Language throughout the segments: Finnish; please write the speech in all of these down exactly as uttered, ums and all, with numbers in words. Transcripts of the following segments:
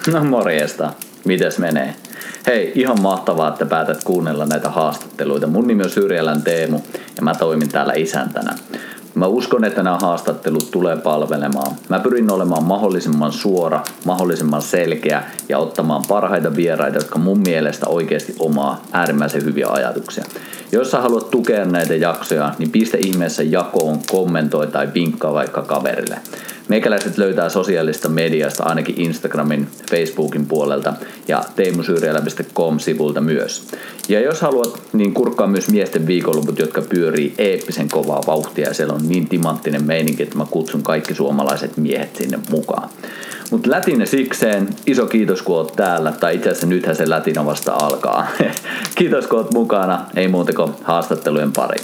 No morjesta, mites menee? Hei, ihan mahtavaa, että päätät kuunnella näitä haastatteluita. Mun nimi on Syrjälän Teemu ja mä toimin täällä isäntänä. Mä uskon, että nämä haastattelut tulee palvelemaan. Mä pyrin olemaan mahdollisimman suora, mahdollisimman selkeä ja ottamaan parhaita vieraita, jotka mun mielestä oikeasti omaa äärimmäisen hyviä ajatuksia. Jos sä haluat tukea näitä jaksoja, niin pistä ihmeessä jakoon, kommentoi tai vinkkaa vaikka kaverille. Meikäläiset löytää sosiaalista mediasta ainakin Instagramin, Facebookin puolelta ja teemusyrjälä piste com-sivulta myös. Ja jos haluat, niin kurkkaa myös miesten viikonloput, jotka pyörii eeppisen kovaa vauhtia ja siellä on niin timanttinen meininki, että mä kutsun kaikki suomalaiset miehet sinne mukaan. Mutta lätinä sikseen, iso kiitos kun oot täällä, tai itse asiassa nythän se lätinä vasta alkaa. Kiitos kun oot mukana, ei muuta kuin haastattelujen pariin.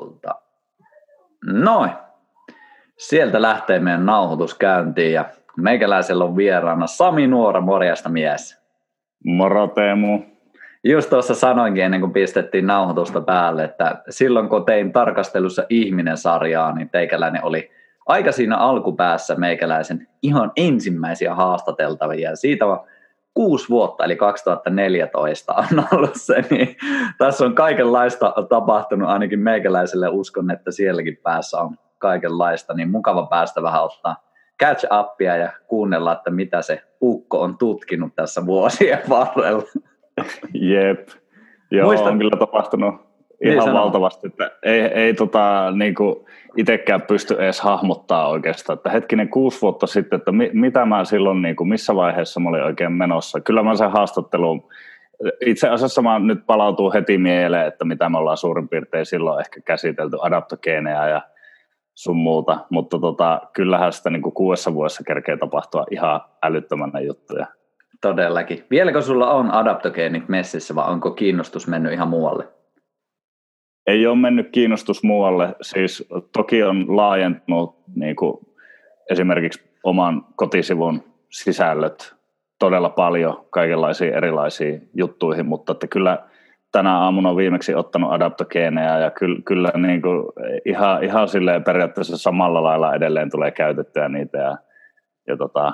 Noin. Sieltä lähtee meidän nauhoitus käyntiin ja meikäläisellä on vieraana Sami Nuora, morjesta mies. Moro Teemu. Just tuossa sanoinkin ennen kuin pistettiin nauhoitusta päälle, että silloin kun tein tarkastelussa Ihminen-sarjaa, niin teikäläinen oli aika siinä alkupäässä meikäläisen ihan ensimmäisiä haastateltavia. Siitä on kuusi vuotta, eli kaksituhattaneljätoista on ollut se, niin tässä on kaikenlaista tapahtunut, ainakin meikäläiselle uskon, että sielläkin päässä on kaikenlaista, niin mukava päästä vähän ottaa catch upia ja kuunnella, että mitä se ukko on tutkinut tässä vuosien varrella. Jep, joo, Muistan... on kyllä tapahtunut ihan niin valtavasti, että ei, ei tota, niinku itsekään pysty edes hahmottaa oikeastaan, että hetkinen kuusi vuotta sitten, että mi, mitä mä silloin, niinku, missä vaiheessa mä olin oikein menossa. Kyllä mä sen haastatteluun, itse asiassa mä nyt palautuu heti mieleen, että mitä me ollaan suurin piirtein silloin ehkä käsitelty, adaptogeeneja ja sun muuta, mutta tota, kyllähän sitä niin kuin kuudessa vuodessa kerkee tapahtua ihan älyttömänä juttuja. Todellakin. Vieläkö sulla on adaptogeenit messissä vai onko kiinnostus mennyt ihan muualle? Ei ole mennyt kiinnostus muualle, siis toki on laajentunut niin kuin esimerkiksi oman kotisivun sisällöt todella paljon kaikenlaisiin erilaisiin juttuihin, mutta että kyllä tänä aamuna on viimeksi ottanut adaptogeeneja ja kyllä, kyllä niin kuin ihan, ihan silleen periaatteessa samalla lailla edelleen tulee käytettyä niitä. Ja, ja tota,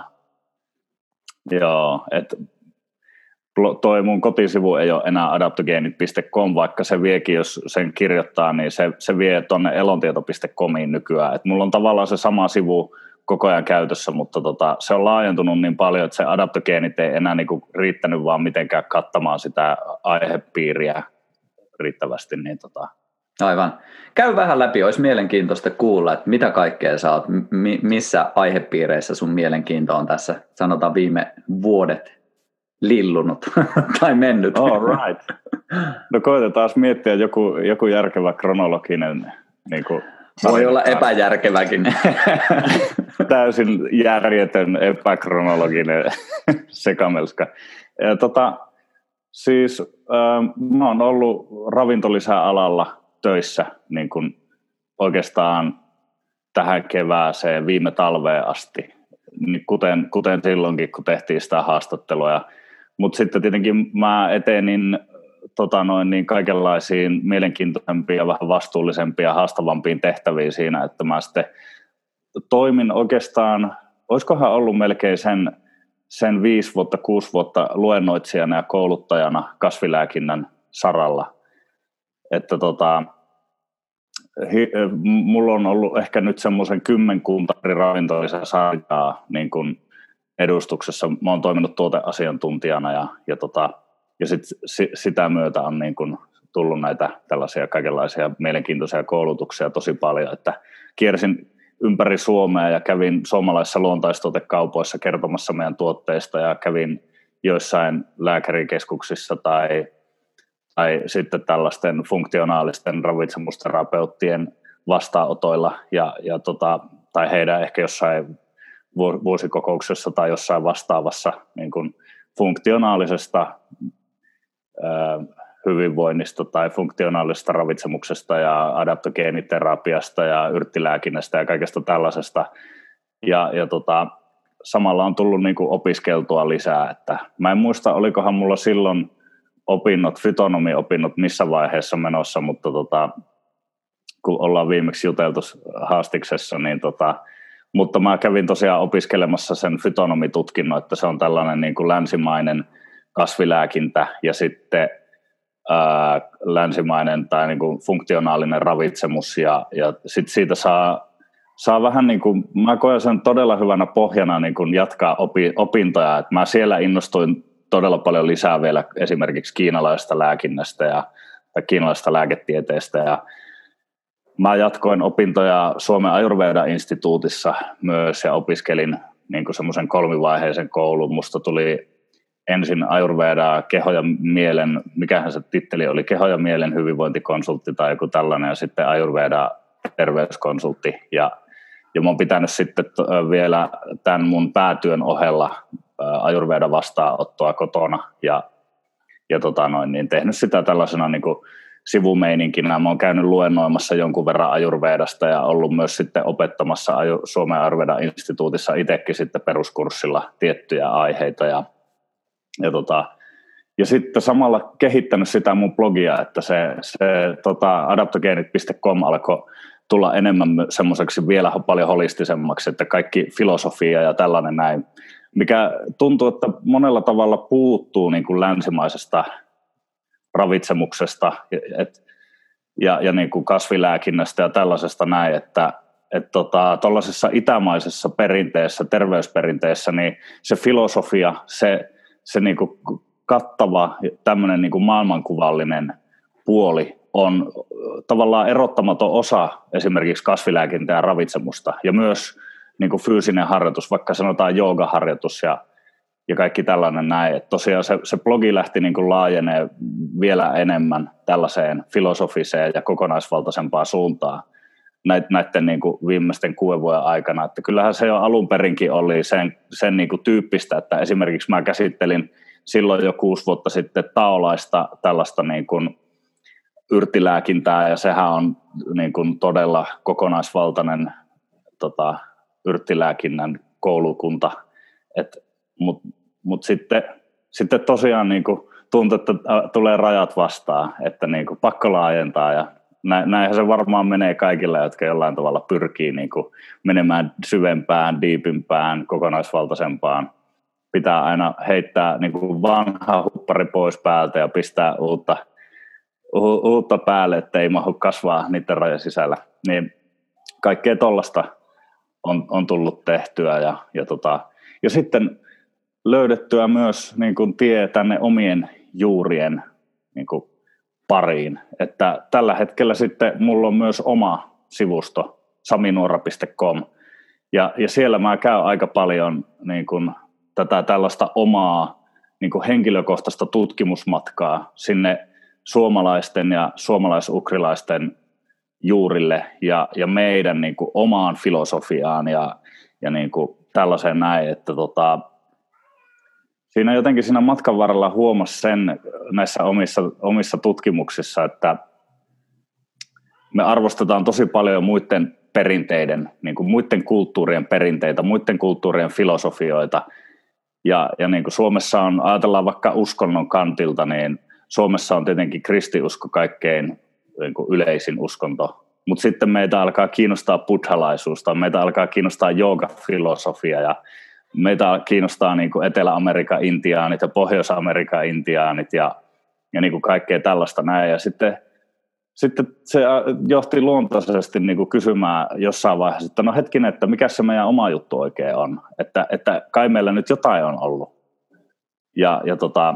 joo, että toi mun kotisivu ei ole enää adaptogeenit piste com, vaikka se viekin, jos sen kirjoittaa, niin se, se vie tuonne elontieto piste comiin nykyään. Et mulla on tavallaan se sama sivu koko ajan käytössä, mutta tota, se on laajentunut niin paljon, että se adaptogeenit ei enää niinku riittänyt vaan mitenkään kattamaan sitä aihepiiriä riittävästi. Niin tota. Aivan. Käy vähän läpi, olisi mielenkiintoista kuulla, että mitä kaikkea sä oot, mi- missä aihepiireissä sun mielenkiinto on tässä, sanotaan viime vuodet lillunut tai mennyt. All right. No koitetaan miettiä joku, joku järkevä kronologinen niin kuin voi olla epäjärkeväkin. Täysin järjetön, epäkronologinen sekamelska. Ja tota, siis äh, mä oon ollut ravintolisäalalla töissä niin kun oikeastaan tähän kevääseen viime talveen asti, niin kuten, kuten silloinkin, kun tehtiin sitä haastattelua. Mutta sitten tietenkin mä etenin tota noin, niin kaikenlaisiin mielenkiintoisempia ja vähän vastuullisempia haastavampiin tehtäviin siinä, että mä sitten toimin oikeastaan, olisikohan ollut melkein sen, sen viisi vuotta, kuusi vuotta luennoitsijana ja kouluttajana kasvilääkinnän saralla. Että tota, hi, mulla on ollut ehkä nyt semmoisen kymmenkunta ravintolisen sarjaa niin kuin edustuksessa. Mä oon toiminut tuoteasiantuntijana ja, ja tota, Ja sit, si, sitä myötä on niin kun tullut näitä tällaisia kaikenlaisia mielenkiintoisia koulutuksia tosi paljon, että kiersin ympäri Suomea ja kävin suomalaisissa luontaistuotekaupoissa kertomassa meidän tuotteista ja kävin joissain lääkärikeskuksissa tai, tai sitten tällaisten funktionaalisten ravitsemusterapeuttien vastaanotoilla ja, ja tota, tai heidän ehkä jossain vuosikokouksessa tai jossain vastaavassa niin kun funktionaalisesta hyvinvoinnista tai funktionaalisesta ravitsemuksesta ja adaptogeeniterapiasta ja yrttilääkinnästä ja kaikesta tällaisesta. Ja, ja tota, samalla on tullut niin kuin opiskeltua lisää. Että mä en muista, olikohan mulla silloin opinnot, fytonomi-opinnot missä vaiheessa menossa, mutta tota, kun ollaan viimeksi juteltu haastiksessa, niin tota, mutta mä kävin tosiaan opiskelemassa sen fytonomitutkinnon, että se on tällainen niin kuin länsimainen kasvilääkintä ja sitten ää, länsimainen tai niin kuin funktionaalinen ravitsemus ja, ja sitten siitä saa, saa vähän niin kuin, mä koen sen todella hyvänä pohjana niin kuin jatkaa opi, opintoja, että mä siellä innostuin todella paljon lisää vielä esimerkiksi kiinalaisesta lääkinnästä ja tai kiinalaisesta lääketieteestä ja mä jatkoin opintoja Suomen Ayurveda-instituutissa myös ja opiskelin niin kuin semmoisen kolmivaiheisen koulun. Musta tuli ensin Ayurveda, keho ja mielen, mikähän se titteli oli, keho ja mielen hyvinvointikonsultti tai joku tällainen ja sitten Ayurveda terveyskonsultti ja, ja mä oon pitänyt sitten vielä tämän mun päätyön ohella Ayurveda vastaanottoa kotona ja, ja tota noin, niin tehnyt sitä tällaisena niin kuin sivumeininkinä. Mä oon käynyt luennoimassa jonkun verran Ayurvedasta ja ollut myös sitten opettamassa Suomen Ayurveda-instituutissa itsekin sitten peruskurssilla tiettyjä aiheita. Ja, ja, tota, ja sitten samalla kehittänyt sitä mun blogia, että se, se tota, adaptogeenit piste com alkoi tulla enemmän semmoiseksi vielä paljon holistisemmaksi, että kaikki filosofia ja tällainen näin, mikä tuntuu, että monella tavalla puuttuu niin kuin länsimaisesta ravitsemuksesta et, ja, ja niin kuin kasvilääkinnästä ja tällaisesta näin, että et tota, tuollaisessa itämaisessa perinteessä, terveysperinteessä, niin se filosofia, se, se niin kuin kattava tämmöinen niin kuin maailmankuvallinen puoli on tavallaan erottamaton osa esimerkiksi kasvilääkintää ja ravitsemusta ja myös niin kuin fyysinen harjoitus, vaikka sanotaan joogaharjoitus ja ja kaikki tällainen näin. Että tosiaan se, se blogi lähti niin kuin laajenee vielä enemmän tällaiseen filosofiseen ja kokonaisvaltaisempaan suuntaan näiden niin kuin viimeisten kuuden vuoden aikana. Että kyllähän se jo alun perinkin oli sen, sen niin kuin tyyppistä, että esimerkiksi mä käsittelin silloin jo kuusi vuotta sitten taolaista tällaista niin kuin yrttilääkintää, ja sehän on niin kuin todella kokonaisvaltainen tota, yrttilääkinnän koulukunta, että Mutta mut sitten, sitten tosiaan niin kuin tuntuu, että tulee rajat vastaan, että niin kuin pakko laajentaa ja näinhän se varmaan menee kaikille, jotka jollain tavalla pyrkii niin kuin menemään syvempään, diipimpään, kokonaisvaltaisempaan. Pitää aina heittää niin kuin vanha huppari pois päältä ja pistää uutta, u- uutta päälle, ettei mahdu kasvaa niiden rajan sisällä. Niin kaikkea tollaista on, on tullut tehtyä ja, ja, tota, ja sitten löydettyä myös niin kuin tie tänne omien juurien niin kuin pariin. Että tällä hetkellä sitten mulla on myös oma sivusto saminuora piste com ja, ja siellä mä käyn aika paljon niin kuin tätä tällaista omaa niin kuin henkilökohtaista tutkimusmatkaa sinne suomalaisten ja suomalaisukrilaisten juurille ja, ja meidän niin kuin omaan filosofiaan ja, ja niin kuin tällaiseen näin, että tota, siinä jotenkin siinä matkan varrella huomasi sen näissä omissa, omissa tutkimuksissa, että me arvostetaan tosi paljon muiden perinteiden, niin kuin muiden kulttuurien perinteitä, muiden kulttuurien filosofioita. Ja, ja niin kuin Suomessa on, ajatellaan vaikka uskonnon kantilta, niin Suomessa on tietenkin kristiusko kaikkein niin kuin yleisin uskonto. Mutta sitten meitä alkaa kiinnostaa buddhalaisuus, tai meitä alkaa kiinnostaa joogafilosofia ja meitä kiinnostaa niin kuin Etelä-Amerikan intiaanit ja Pohjois-Amerikan intiaanit ja, ja niin kuin kaikkea tällaista näin. Ja sitten, sitten se johti luontaisesti niin kuin kysymään jossain vaiheessa, että no hetkinen, että mikä se meidän oma juttu oikein on. Että, että kai meillä nyt jotain on ollut. Ja, ja tota,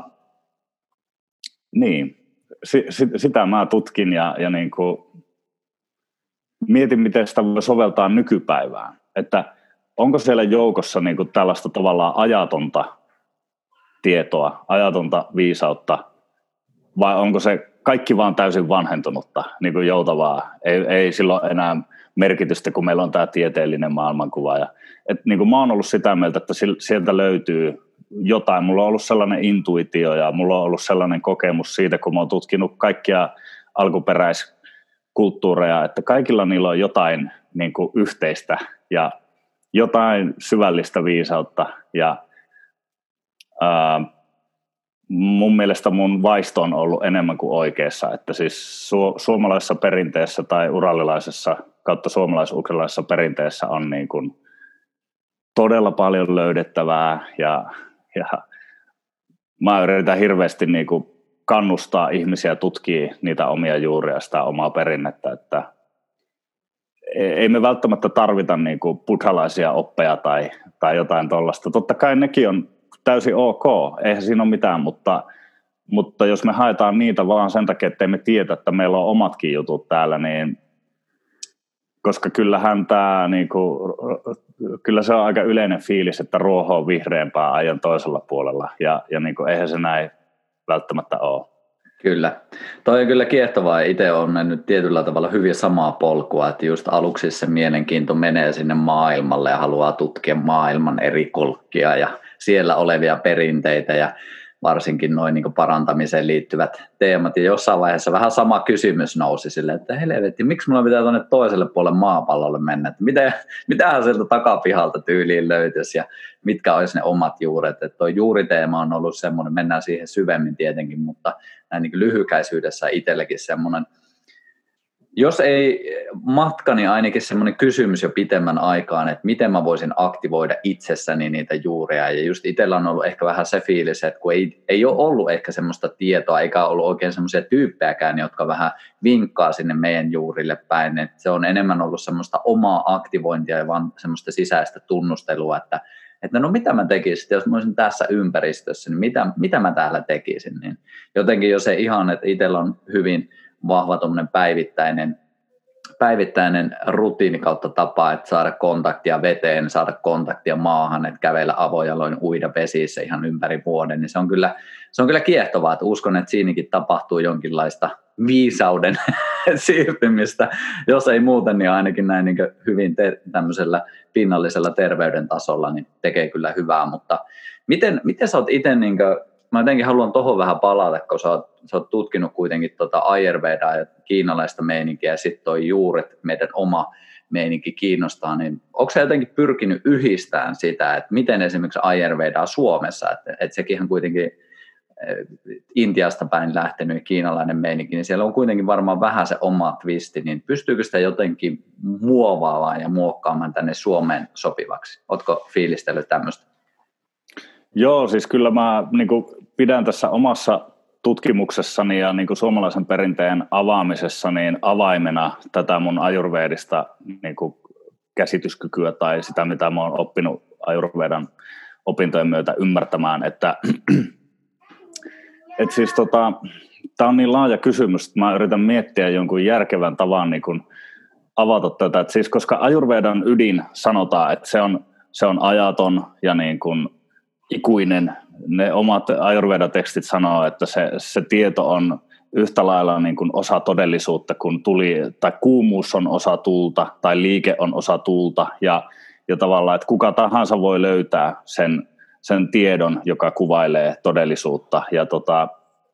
niin, si, si, sitä mä tutkin ja, ja niin kuin mietin, miten sitä voi soveltaa nykypäivään. Että onko siellä joukossa niin kuin tällaista tavallaan ajatonta tietoa, ajatonta viisautta, vai onko se kaikki vaan täysin vanhentunutta, niin kuin joutavaa, ei, ei silloin enää merkitystä, kun meillä on tämä tieteellinen maailmankuva. Ja, et, niin kuin mä oon ollut sitä mieltä, että sieltä löytyy jotain. Mulla on ollut sellainen intuitio ja mulla on ollut sellainen kokemus siitä, kun mä oon tutkinut kaikkia alkuperäiskulttuureja, että kaikilla niillä on jotain niin kuin yhteistä ja jotain syvällistä viisautta ja ää, mun mielestä mun vaisto on ollut enemmän kuin oikeassa, että siis su- suomalaisessa perinteessä tai uralilaisessa kautta suomalais-ukrilaisessa perinteessä on niin kuin todella paljon löydettävää ja, ja mä yritän hirveästi niin kuin kannustaa ihmisiä tutkia niitä omia juuria, sitä omaa perinnettä, että ei me välttämättä tarvita niin kuin buddhalaisia oppeja tai, tai jotain tuollaista. Totta kai nekin on täysin ok, eihän siinä ole mitään, mutta, mutta jos me haetaan niitä vaan sen takia, että me tiedä, että meillä on omatkin jutut täällä, niin koska kyllähän tämä, niin kuin, kyllä se on aika yleinen fiilis, että ruoho on vihreämpää ajan toisella puolella, ja, ja niin kuin, eihän se näin välttämättä ole. Kyllä. Toi on kyllä kiehtovaa. Itse on mennyt tietyllä tavalla hyvin samaa polkua, että just aluksi se mielenkiinto menee sinne maailmalle ja haluaa tutkia maailman eri kolkkia ja siellä olevia perinteitä ja varsinkin noin niin kuin parantamiseen liittyvät teemat. Ja jossain vaiheessa vähän sama kysymys nousi sille, että helvetti, miksi mulla pitää tuonne toiselle puolelle maapallolle mennä? Että mitä, mitähän sieltä takapihalta tyyliin löytyisi ja mitkä olisi ne omat juuret. Että tuo juuriteema on ollut semmoinen, mennään siihen syvemmin tietenkin, mutta näin niin kuin lyhykäisyydessä itsellekin semmoinen, jos ei matka, niin ainakin semmoinen kysymys jo pitemmän aikaan, että miten mä voisin aktivoida itsessäni niitä juuria. Ja just itsellä on ollut ehkä vähän se fiilis, että kun ei, ei ole ollut ehkä semmoista tietoa, eikä ollut oikein semmoisia tyyppejäkään, jotka vähän vinkkaa sinne meidän juurille päin. Että se on enemmän ollut semmoista omaa aktivointia ja vaan semmoista sisäistä tunnustelua, että, että no mitä mä tekisin, jos mä olisin tässä ympäristössä, niin mitä, mitä mä täällä tekisin. Niin jotenkin jo se ihan, että itsellä on hyvin vahva tuommoinen päivittäinen, päivittäinen rutiini kautta tapa, että saada kontaktia veteen, saada kontaktia maahan, että kävellä avojaloin, uida vesissä ihan ympäri vuoden, niin se on kyllä, se on kyllä kiehtovaa, että uskon, että siinäkin tapahtuu jonkinlaista viisauden siirtymistä, jos ei muuten, niin ainakin näin niin hyvin te- tämmöisellä pinnallisella terveyden tasolla, niin tekee kyllä hyvää, mutta miten, miten sä oot itse niin kuin, mä jotenkin haluan tuohon vähän palata, kun sä oot, sä oot tutkinut kuitenkin tota Ayurvedaa ja kiinalaista meininkiä ja sitten toi juuret, meidän oma meininki kiinnostaa, niin onko sä jotenkin pyrkinyt yhdistämään sitä, että miten esimerkiksi Ayurvedaa Suomessa, että, että sekinhän kuitenkin Intiasta päin lähtenyt kiinalainen meininki, niin siellä on kuitenkin varmaan vähän se oma twisti, niin pystyykö sitä jotenkin muovaamaan ja muokkaamaan tänne Suomeen sopivaksi? Ootko fiilistellyt tämmöistä? Joo, siis kyllä mä niin kuin pidän tässä omassa tutkimuksessani ja niin kuin suomalaisen perinteen avaamisessa niin avaimena tätä mun ajurvedista niin kuin käsityskykyä tai sitä, mitä mä oon oppinut ajurvedan opintojen myötä ymmärtämään, että et siis tota, tää on niin laaja kysymys, että mä yritän miettiä jonkun järkevän tavan niin kuin avata tätä, et siis koska ajurvedan ydin sanotaan, että se on, se on ajaton ja niin kuin ikuinen. Ne omat Ayurveda-tekstit sanoo, että se, se tieto on yhtä lailla niin kuin osa todellisuutta, kun tuli, tai kuumuus on osa tuulta, tai liike on osa tuulta, ja, ja tavallaan, että kuka tahansa voi löytää sen, sen tiedon, joka kuvailee todellisuutta. Ja tota,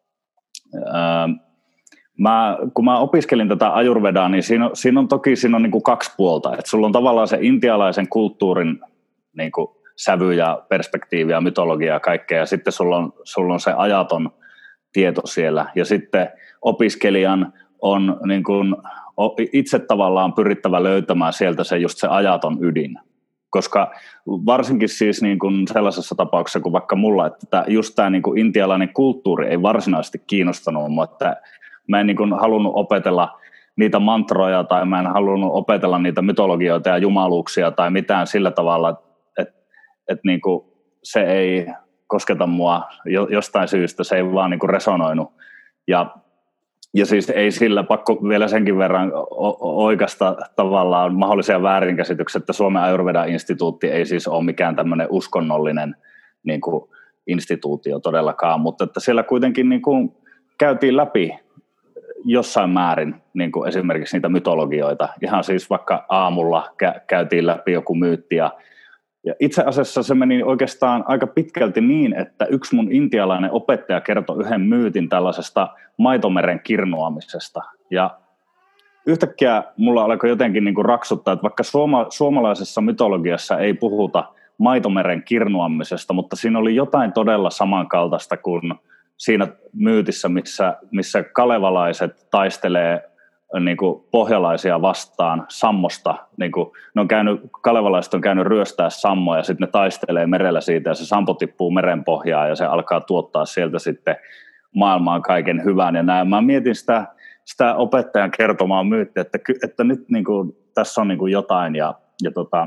ää, mä, kun mä opiskelin tätä Ayurvedaa, niin siinä on, siinä on toki siinä on niin kuin kaksi puolta. Että sulla on tavallaan se intialaisen kulttuurin niin kuin sävy ja perspektiivi ja mytologia ja kaikkea, ja sitten sulla on, sulla on se ajaton tieto siellä, ja sitten opiskelijan on niin kuin itse tavallaan pyrittävä löytämään sieltä se just se ajaton ydin, koska varsinkin siis niin kuin sellaisessa tapauksessa kuin vaikka mulla, että just tämä niin kuin intialainen kulttuuri ei varsinaisesti kiinnostanut mua, että mä en niin kuin halunnut opetella niitä mantroja, tai mä en halunnut opetella niitä mytologioita ja jumaluuksia tai mitään sillä tavalla, että niinku se ei kosketa mua jostain syystä, se ei vaan niinku resonoinut. Ja, ja siis ei sillä, pakko vielä senkin verran oikasta tavallaan mahdollisia väärinkäsityksiä, että Suomen Ayurveda-instituutti ei siis ole mikään tämmöinen uskonnollinen niinku instituutio todellakaan, mutta että siellä kuitenkin niinku käytiin läpi jossain määrin niinku esimerkiksi niitä mytologioita. Ihan siis vaikka aamulla kä- käytiin läpi joku myytti ja Ja itse asiassa se meni oikeastaan aika pitkälti niin, että yksi mun intialainen opettaja kertoi yhden myytin tällaisesta maitomeren kirnuamisesta. Ja yhtäkkiä mulla alkoi jotenkin niin kuin raksuttaa, että vaikka suoma, suomalaisessa mytologiassa ei puhuta maitomeren kirnuamisesta, mutta siinä oli jotain todella samankaltaista kuin siinä myytissä, missä, missä kalevalaiset taistelee niin kuin pohjalaisia vastaan sammosta. Niin kuin, ne on käynyt, kalevalaiset on käynyt ryöstää sammoa ja sitten ne taistelee merellä siitä ja se sampo tippuu meren pohjaan ja se alkaa tuottaa sieltä sitten maailmaan kaiken hyvän ja näin. Mä mietin sitä, sitä opettajan kertomaa myyttiä, että, että nyt niin kuin, tässä on niin kuin jotain ja, ja tota,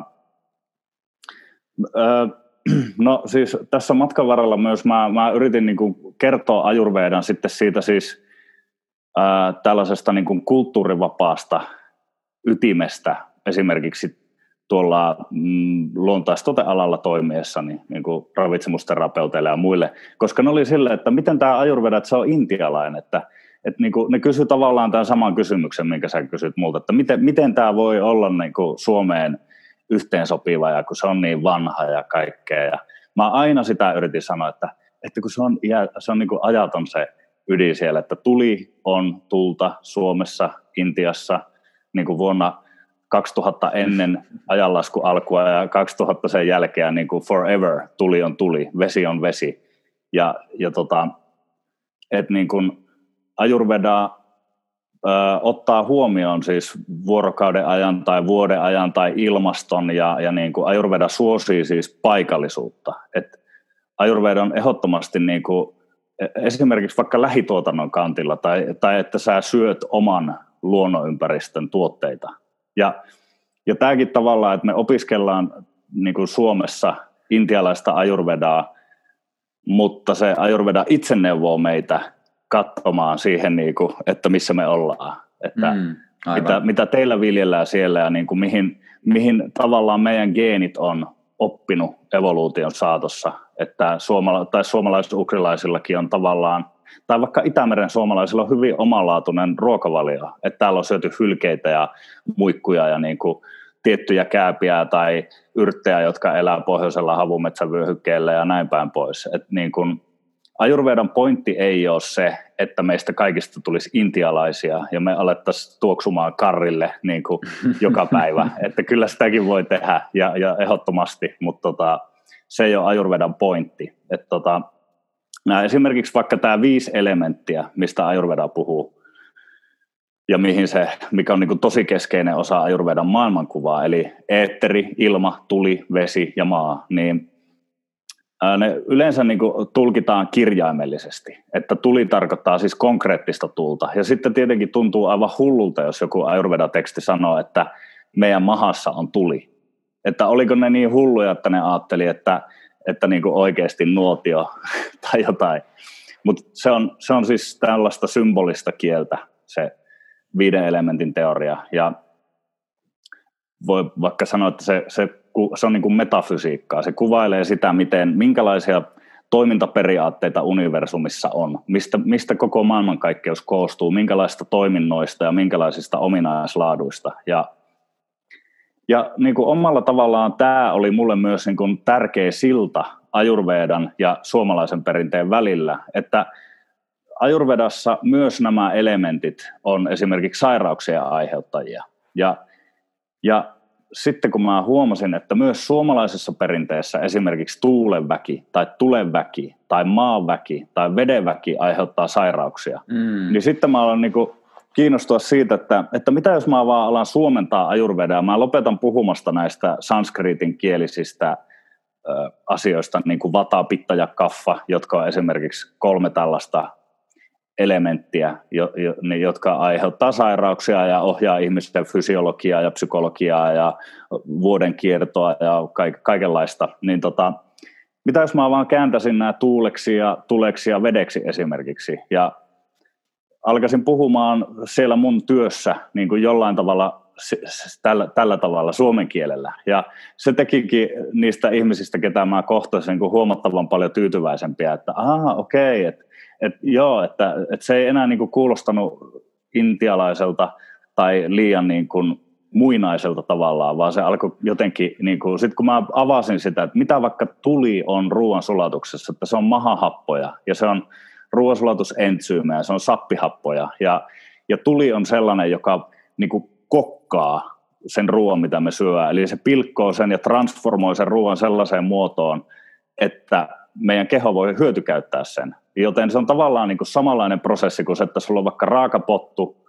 öö, no siis tässä matkan varrella myös mä, mä yritin niin kuin kertoa Ayurvedan sitten siitä siis ää, tällaisesta niin kuin kulttuurivapaasta ytimestä esimerkiksi tuolla mm, luontaistuotealalla toimiessani niin kuin ravitsemusterapeuteille ja muille, koska ne oli sillä, että miten tämä Ayurveda, että se on intialainen, että, että niin kuin, ne kysyi tavallaan tämän saman kysymyksen, minkä sä kysyt multa, että miten, miten tämä voi olla niin kuin Suomeen yhteensopiva ja kun se on niin vanha ja kaikkea. Ja mä aina sitä yritin sanoa, että, että kun se on, se on niin kuin ajaton se ydin siellä, että tuli on tulta Suomessa, Intiassa niin kuin vuonna kaksituhatta ennen ajanlasku alkua ja kaksituhatta sen jälkeen niin kuin forever tuli on tuli, vesi on vesi. Ja, ja tota, että niin kuin Ayurveda ö, ottaa huomioon siis vuorokauden ajan tai vuoden ajan tai ilmaston ja, ja niin kuin Ayurveda suosii siis paikallisuutta. Et Ayurveda on ehdottomasti niin kuin, esimerkiksi vaikka lähituotannon kantilla tai, tai että sä syöt oman luonnonympäristön tuotteita. Ja, ja tämäkin tavallaan, että me opiskellaan niin kuin Suomessa intialaista Ayurvedaa, mutta se Ayurveda itse neuvoo meitä katsomaan siihen, niin kuin, että missä me ollaan, että mm, mitä, mitä teillä viljellään siellä ja niin kuin mihin, mihin tavallaan meidän geenit on oppinut evoluution saatossa, että suomala- tai suomalais-ukrilaisillakin on tavallaan, tai vaikka Itämeren suomalaisilla on hyvin omalaatuinen ruokavalio, että täällä on syöty hylkeitä ja muikkuja ja niin kuin tiettyjä kääpiä tai yrttejä, jotka elää pohjoisella havumetsävyöhykkeellä ja näin päin pois. Että niin kuin Ayurvedan pointti ei ole se, että meistä kaikista tulisi intialaisia ja me alettaisiin tuoksumaan karrille niin kuin joka päivä. Että kyllä sitäkin voi tehdä ja, ja ehdottomasti, mutta tota, se ei ole Ayurvedan pointti. Että tota, nämä esimerkiksi vaikka tämä viisi elementtiä, mistä Ayurveda puhuu, ja mihin se, mikä on niin kuin tosi keskeinen osa Ayurvedan maailmankuvaa, eli eetteri, ilma, tuli, vesi ja maa, niin ne yleensä niin kuin tulkitaan kirjaimellisesti, että tuli tarkoittaa siis konkreettista tulta. Ja sitten tietenkin tuntuu aivan hullulta, jos joku Ayurveda-teksti sanoo, että meidän mahassa on tuli. Että oliko ne niin hulluja, että ne ajatteli, että, että niin kuin oikeasti nuotio tai jotain. Mutta se on, se on siis tällaista symbolista kieltä, se viiden elementin teoria. Ja voi vaikka sanoa, että se, se, se on niin kuin metafysiikkaa. Se kuvailee sitä, miten, minkälaisia toimintaperiaatteita universumissa on, mistä, mistä koko maailmankaikkeus koostuu, minkälaisista toiminnoista ja minkälaisista ominaislaaduista. Ja, ja niin kuin omalla tavallaan tämä oli mulle myös niin kuin tärkeä silta Ayurvedan ja suomalaisen perinteen välillä, että Ayurvedassa myös nämä elementit on esimerkiksi sairauksien aiheuttajia. Ja, ja sitten kun mä huomasin, että myös suomalaisessa perinteessä esimerkiksi tuulenväki tai tulenväki tai maanväki tai vedenväki aiheuttaa sairauksia, mm. niin sitten mä aloin niinku kiinnostua siitä, että, että mitä jos mä vaan alan suomentaa Ayurvedaa, mä lopetan puhumasta näistä sanskritin kielisistä ö, asioista, niin kuin vata, pitta ja kaffa, jotka on esimerkiksi kolme tällaista elementtiä, jotka aiheuttaa sairauksia ja ohjaa ihmisten fysiologiaa ja psykologiaa ja vuodenkiertoa ja kaikenlaista, niin tota, mitä jos mä vaan kääntäisin nämä tuuleksi ja tuleksi ja vedeksi esimerkiksi ja alkaisin puhumaan siellä mun työssä niin kuin jollain tavalla tällä, tällä tavalla suomen kielellä ja se tekikin niistä ihmisistä, ketä mä kohtasin, niin kuin huomattavan paljon tyytyväisempiä, että aha okei, okay, että Et joo, että, että se ei enää niin kuin kuulostanut intialaiselta tai liian niin kuin muinaiselta tavallaan, vaan se alkoi jotenkin, niin kuin, sit kun mä avasin sitä, että mitä vaikka tuli on ruoansulatuksessa, että se on mahahappoja ja se on ruoansulatusentsyymejä, se on sappihappoja ja, ja tuli on sellainen, joka niin kuin kokkaa sen ruoan, mitä me syödään, eli se pilkkoo sen ja transformoi sen ruoan sellaiseen muotoon, että meidän keho voi hyötykäyttää sen. Joten se on tavallaan niin kuin samanlainen prosessi kuin se, että sulla on vaikka raakapottu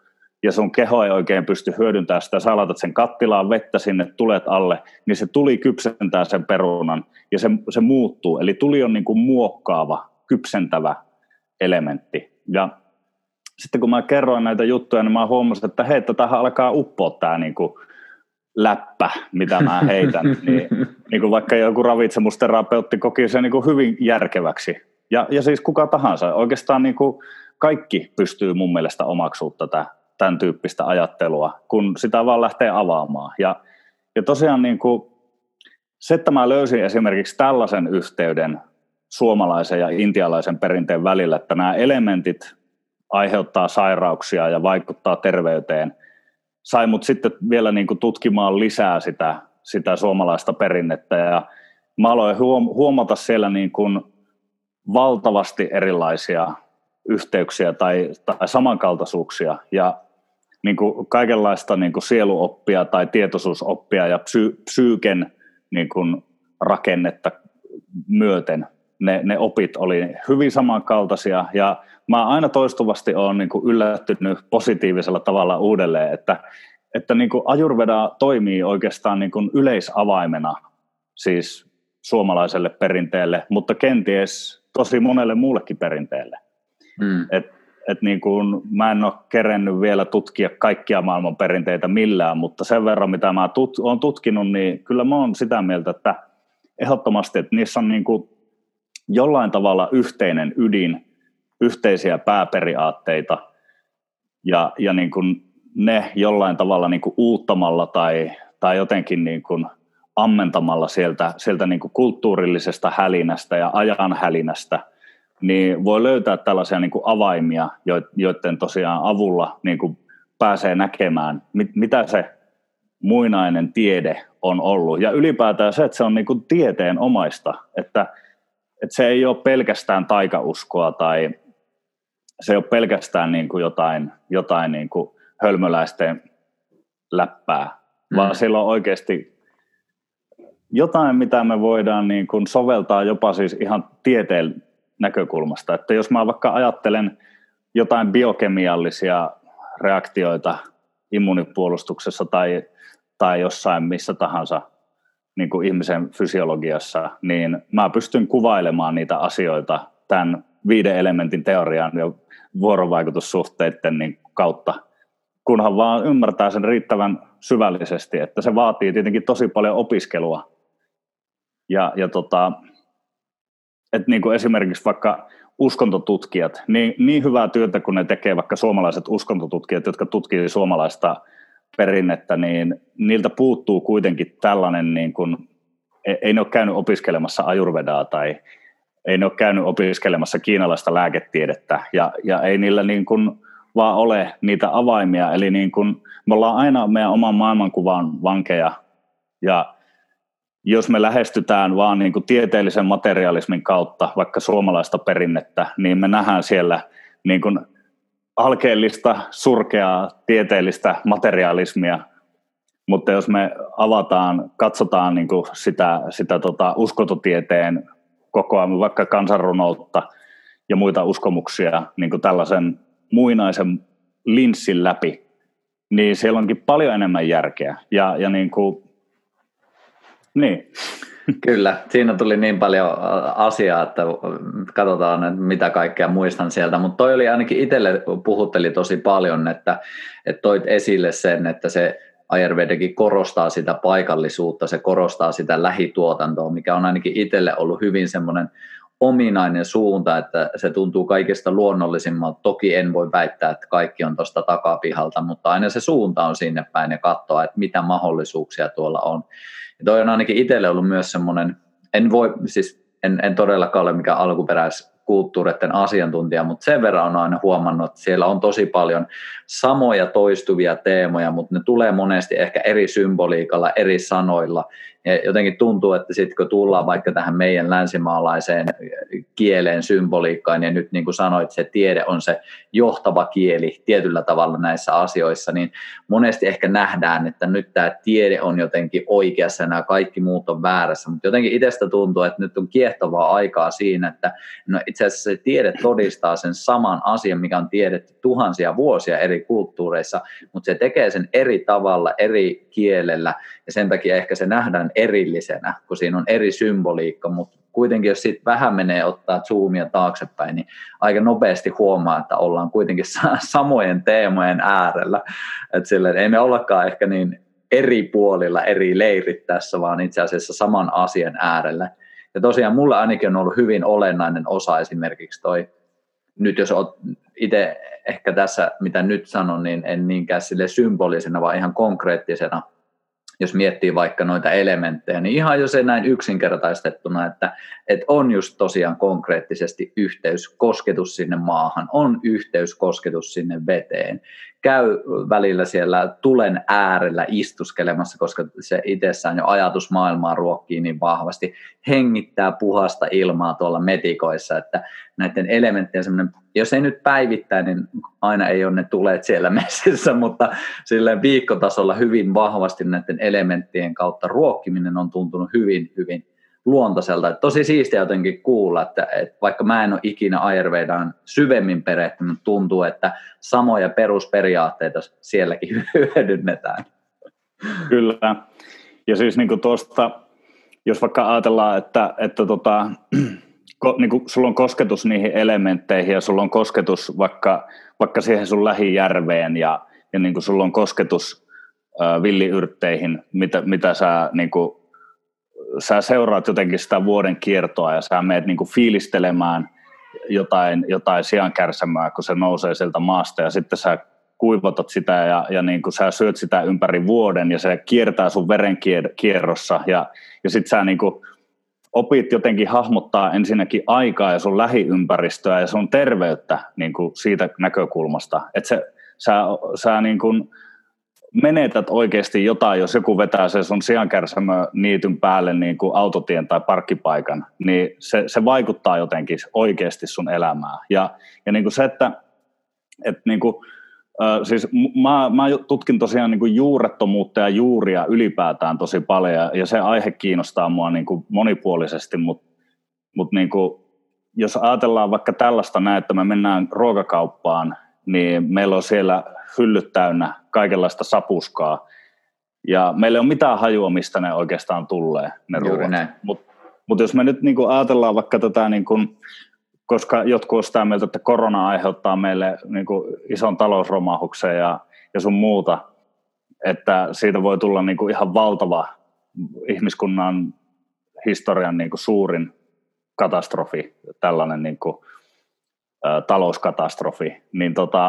ja sun keho ei oikein pysty hyödyntämään sitä, sä laitat sen kattilaan vettä sinne, tulet alle, niin se tuli kypsentää sen perunan ja se, se muuttuu. Eli tuli on niin kuin muokkaava, kypsentävä elementti. Ja sitten kun mä kerroin näitä juttuja, niin mä huomasin, että hei, tähän alkaa uppoa tämä niin kuin läppä, mitä mä heitän. niin, niin kuin vaikka joku ravitsemusterapeutti koki sen niin kuin hyvin järkeväksi. Ja, ja siis kuka tahansa. Oikeastaan niin kuin kaikki pystyy mun mielestä omaksumaan tätä, tämän tyyppistä ajattelua, kun sitä vaan lähtee avaamaan. Ja, ja tosiaan niin kuin, se, että mä löysin esimerkiksi tällaisen yhteyden suomalaisen ja intialaisen perinteen välillä, että nämä elementit aiheuttaa sairauksia ja vaikuttaa terveyteen, sai mut sitten vielä niin kuin tutkimaan lisää sitä, sitä suomalaista perinnettä. Ja mä aloin huomata siellä niin kuin valtavasti erilaisia yhteyksiä tai, tai samankaltaisuuksia ja niin kuin kaikenlaista niin kuin sieluoppia tai tietoisuusoppia ja psy, psyyken niin kuin rakennetta myöten. Ne, ne opit oli hyvin samankaltaisia ja mä aina toistuvasti olen niin kuin yllättynyt positiivisella tavalla uudelleen, että, että niin kuin Ayurveda toimii oikeastaan niin kuin yleisavaimena siis suomalaiselle perinteelle, mutta kenties tosi monelle muullekin perinteelle. Mm. Et, et niin kuin, mä en ole kerennyt vielä tutkia kaikkia maailman perinteitä millään, mutta sen verran mitä mä tut, olen tutkinut, niin kyllä mä oon sitä mieltä, että ehdottomasti, että niissä on niin kuin jollain tavalla yhteinen ydin, yhteisiä pääperiaatteita ja, ja niin kuin ne jollain tavalla niin kuin uuttamalla tai, tai jotenkin niin kuin ammentamalla sieltä, sieltä niin kuin kulttuurillisesta hälinästä ja ajan hälinästä, niin voi löytää tällaisia niin kuin avaimia, joiden tosiaan avulla niin kuin pääsee näkemään, mit, mitä se muinainen tiede on ollut. Ja ylipäätään se, että se on niin kuin tieteen omaista, että, että se ei ole pelkästään taikauskoa tai se ei ole pelkästään niin kuin jotain, jotain niin kuin hölmöläisten läppää, mm. vaan sillä on oikeasti jotain, mitä me voidaan niin kuin soveltaa jopa siis ihan tieteen näkökulmasta. Että jos mä vaikka ajattelen jotain biokemiallisia reaktioita immunipuolustuksessa tai, tai jossain missä tahansa niin kuin ihmisen fysiologiassa, niin mä pystyn kuvailemaan niitä asioita tämän viiden elementin teorian ja vuorovaikutussuhteiden niin kautta, kunhan vaan ymmärtää sen riittävän syvällisesti, että se vaatii tietenkin tosi paljon opiskelua. Ja, ja tota, että niin kuin esimerkiksi vaikka uskontotutkijat, niin, niin hyvää työtä kun ne tekee vaikka suomalaiset uskontotutkijat, jotka tutkii suomalaista perinnettä, niin niiltä puuttuu kuitenkin tällainen, niin kuin, ei ne ole käynyt opiskelemassa Ayurvedaa tai ei ne ole käynyt opiskelemassa kiinalaista lääketiedettä ja, ja ei niillä niin kuin vaan ole niitä avaimia, eli niin kuin me ollaan aina meidän oman maailmankuvan vankeja ja jos me lähestytään vaan niin kuin tieteellisen materialismin kautta vaikka suomalaista perinnettä, niin me nähdään siellä niin kuin alkeellista, surkeaa, tieteellistä materialismia, mutta jos me avataan, katsotaan niin kuin sitä, sitä tota uskontotieteen kokoamme vaikka kansanrunoutta ja muita uskomuksia niin kuin tällaisen muinaisen linssin läpi, niin siellä onkin paljon enemmän järkeä ja, ja niin kuin niin. Kyllä, siinä tuli niin paljon asiaa, että katsotaan, että mitä kaikkea muistan sieltä, mutta toi oli ainakin itselle puhutteli tosi paljon, että, että toit esille sen, että se Ayurvedakin korostaa sitä paikallisuutta, se korostaa sitä lähituotantoa, mikä on ainakin itselle ollut hyvin semmoinen ominainen suunta, että se tuntuu kaikista luonnollisimmalta. Toki en voi väittää, että kaikki on tuosta takapihalta, mutta aina se suunta on sinne päin ja katsoa, että mitä mahdollisuuksia tuolla on. Ja toi on ainakin itselle ollut myös semmoinen, en voi, siis en, en todellakaan ole mikään alkuperäiskulttuureiden asiantuntija, mutta sen verran on aina huomannut, että siellä on tosi paljon samoja toistuvia teemoja, mutta ne tulee monesti ehkä eri symboliikalla, eri sanoilla. Ja jotenkin tuntuu, että sitten kun tullaan vaikka tähän meidän länsimaalaiseen kielen symboliikkaan, ja nyt niin kuin sanoit, se tiede on se johtava kieli tietyllä tavalla näissä asioissa, niin monesti ehkä nähdään, että nyt tämä tiede on jotenkin oikeassa ja nämä kaikki muut on väärässä, mutta jotenkin itsestä tuntuu, että nyt on kiehtovaa aikaa siinä, että no itse asiassa se tiede todistaa sen saman asian, mikä on tiedetty tuhansia vuosia eri kulttuureissa, mutta se tekee sen eri tavalla, eri kielellä, ja sen takia ehkä se nähdään erillisenä, kun siinä on eri symboliikka, mutta kuitenkin jos sitten vähän menee ottaa zoomia taaksepäin, niin aika nopeasti huomaa, että ollaan kuitenkin samojen teemojen äärellä. Että silleen, ei me ollakaan ehkä niin eri puolilla, eri leirit tässä, vaan itse asiassa saman asian äärellä. Ja tosiaan mulle ainakin on ollut hyvin olennainen osa esimerkiksi toi, nyt jos olet itse ehkä tässä, mitä nyt sanon, niin en niinkään sille symbolisena, vaan ihan konkreettisena, jos miettii vaikka noita elementtejä, niin ihan jo se näin yksinkertaistettuna, että, että on just tosiaan konkreettisesti yhteys, kosketus sinne maahan, on yhteys, kosketus sinne veteen, käy välillä siellä tulen äärellä istuskelemassa, koska se itsessään jo ajatusmaailmaa ruokkii niin vahvasti, hengittää puhasta ilmaa tuolla metikoissa, että näiden elementtien semmoinen, jos ei nyt päivittäin, niin aina ei ole ne tuleet siellä messissä, mutta silleen viikkotasolla hyvin vahvasti näiden elementtien kautta ruokkiminen on tuntunut hyvin, hyvin luontaiselta. Että tosi siistiä jotenkin kuulla, että, että vaikka mä en ole ikinä Ayurvedaan syvemmin perehtynyt, tuntuu, että samoja perusperiaatteita sielläkin hyödynnetään. Kyllä. Ja siis niin kuin tuosta, jos vaikka ajatellaan, että, että tota, niin kuin sulla on kosketus niihin elementteihin ja sulla on kosketus vaikka, vaikka siihen sun lähijärveen ja, ja niin kuin sulla on kosketus äh, villiyrtteihin, mitä, mitä sä, niin kuin, sä seuraat jotenkin sitä vuoden kiertoa ja sä meet niin kuin fiilistelemään jotain, jotain siankärsämää, kun se nousee sieltä maasta ja sitten sä kuivatat sitä ja, ja niin kuin sä syöt sitä ympäri vuoden ja se kiertää sun verenkierrossa ja, ja sit sä niin kuin opit jotenkin hahmottaa ensinnäkin aikaa ja sun lähiympäristöä ja sun terveyttä niin kuin siitä näkökulmasta, että se, sä, sä niin kuin menetät oikeasti jotain, jos joku vetää se sun siankärsämö niityn päälle niin kuin autotien tai parkkipaikan, niin se, se vaikuttaa jotenkin oikeasti sun elämään. Ja, ja niin kuin se, että, että niin kuin, äh, siis mä, mä tutkin tosiaan niin kuin juurettomuutta ja juuria ylipäätään tosi paljon, ja se aihe kiinnostaa mua niin kuin monipuolisesti, mutta mut niin kuin, jos ajatellaan vaikka tällaista näin, että me mennään ruokakauppaan, niin meillä on siellä hyllyt täynnä kaikenlaista sapuskaa, ja meillä ei ole mitään hajua, mistä ne oikeastaan tulee, ne ruoat. Mutta mut jos me nyt niinku ajatellaan vaikka tätä, niinku, koska jotkut on sitä mieltä, että korona aiheuttaa meille niinku ison talousromahuksen ja, ja sun muuta, että siitä voi tulla niinku ihan valtava ihmiskunnan historian niinku suurin katastrofi, tällainen niinku, ä, talouskatastrofi, niin tota,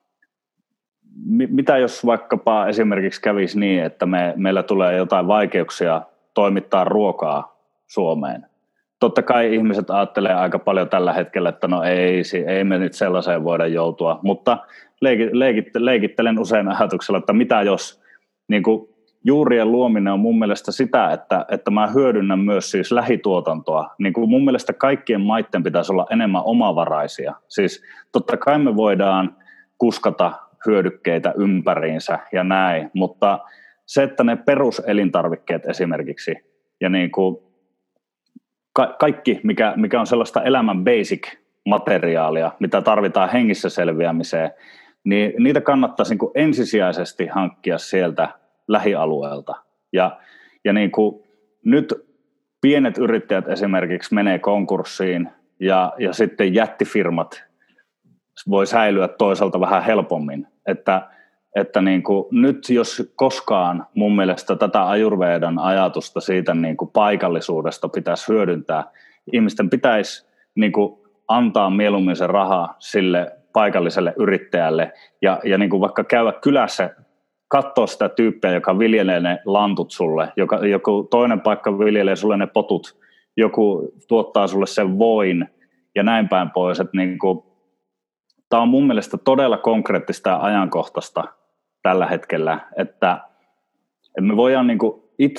mitä jos vaikkapa esimerkiksi kävisi niin, että me, meillä tulee jotain vaikeuksia toimittaa ruokaa Suomeen? Totta kai ihmiset ajattelee aika paljon tällä hetkellä, että no ei, ei me nyt sellaiseen voida joutua, mutta leikittelen usein ajatuksella, että mitä jos niin kuin juurien luominen on mun mielestä sitä, että, että mä hyödynnän myös siis lähituotantoa. Niin kuin mun mielestä kaikkien maiden pitäisi olla enemmän omavaraisia. Siis totta kai me voidaan kuskata hyödykkeitä ympäriinsä ja näin, mutta se, että ne peruselintarvikkeet esimerkiksi ja niin kuin ka- kaikki, mikä, mikä on sellaista elämän basic-materiaalia, mitä tarvitaan hengissä selviämiseen, niin niitä kannattaisi niin kuin ensisijaisesti hankkia sieltä lähialueelta. Ja, ja niin kuin nyt pienet yrittäjät esimerkiksi menee konkurssiin ja, ja sitten jättifirmat voi säilyä toisaalta vähän helpommin. Että, että niin kuin nyt jos koskaan mun mielestä tätä Ayurvedan ajatusta siitä niin kuin paikallisuudesta pitäisi hyödyntää, ihmisten pitäisi niin kuin antaa mieluummin se raha sille paikalliselle yrittäjälle ja, ja niin kuin vaikka käydä kylässä, katsoa sitä tyyppiä, joka viljelee ne lantut sulle, joka, joku toinen paikka viljelee sulle ne potut, joku tuottaa sulle sen voin ja näin päin pois, että niin kuin tämä on mun mielestä todella konkreettista ja ajankohtaista tällä hetkellä, että me voidaan niin kuin itse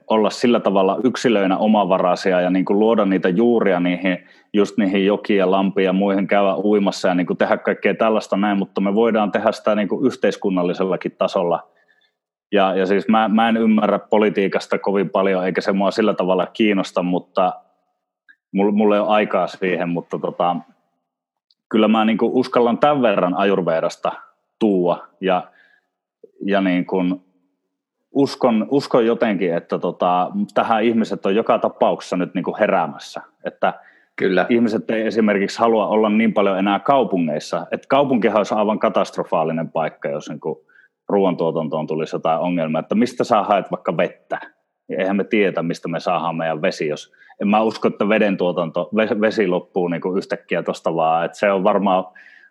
olla sillä tavalla yksilöinä omavaraisia ja niin kuin luoda niitä juuria niihin, just niihin jokiin ja lampiin ja muihin, käydä uimassa ja niin kuin tehdä kaikkea tällaista näin, mutta me voidaan tehdä sitä niin kuin yhteiskunnallisellakin tasolla. Ja, ja siis mä, mä en ymmärrä politiikasta kovin paljon, eikä se mua sillä tavalla kiinnosta, mutta mulla, mulla ei ole aikaa siihen, mutta tota, kyllä mä niin kuin uskallan tämän verran Ayurvedasta tuua ja, ja niin kuin uskon, uskon jotenkin, että tota, tähän ihmiset on joka tapauksessa nyt niin kuin heräämässä, että kyllä. Ihmiset ei esimerkiksi halua olla niin paljon enää kaupungeissa, että kaupunkihan olisi aivan katastrofaalinen paikka, jos niin kuin ruoantuotantoon tulisi jotain ongelmia, että mistä sä haet vaikka vettä, ja eihän me tiedä, mistä me saadaan meidän vesi, jos en mä usko, että veden tuotanto, vesi loppuu niin kuin yhtäkkiä tuosta vaan, että se on varmaan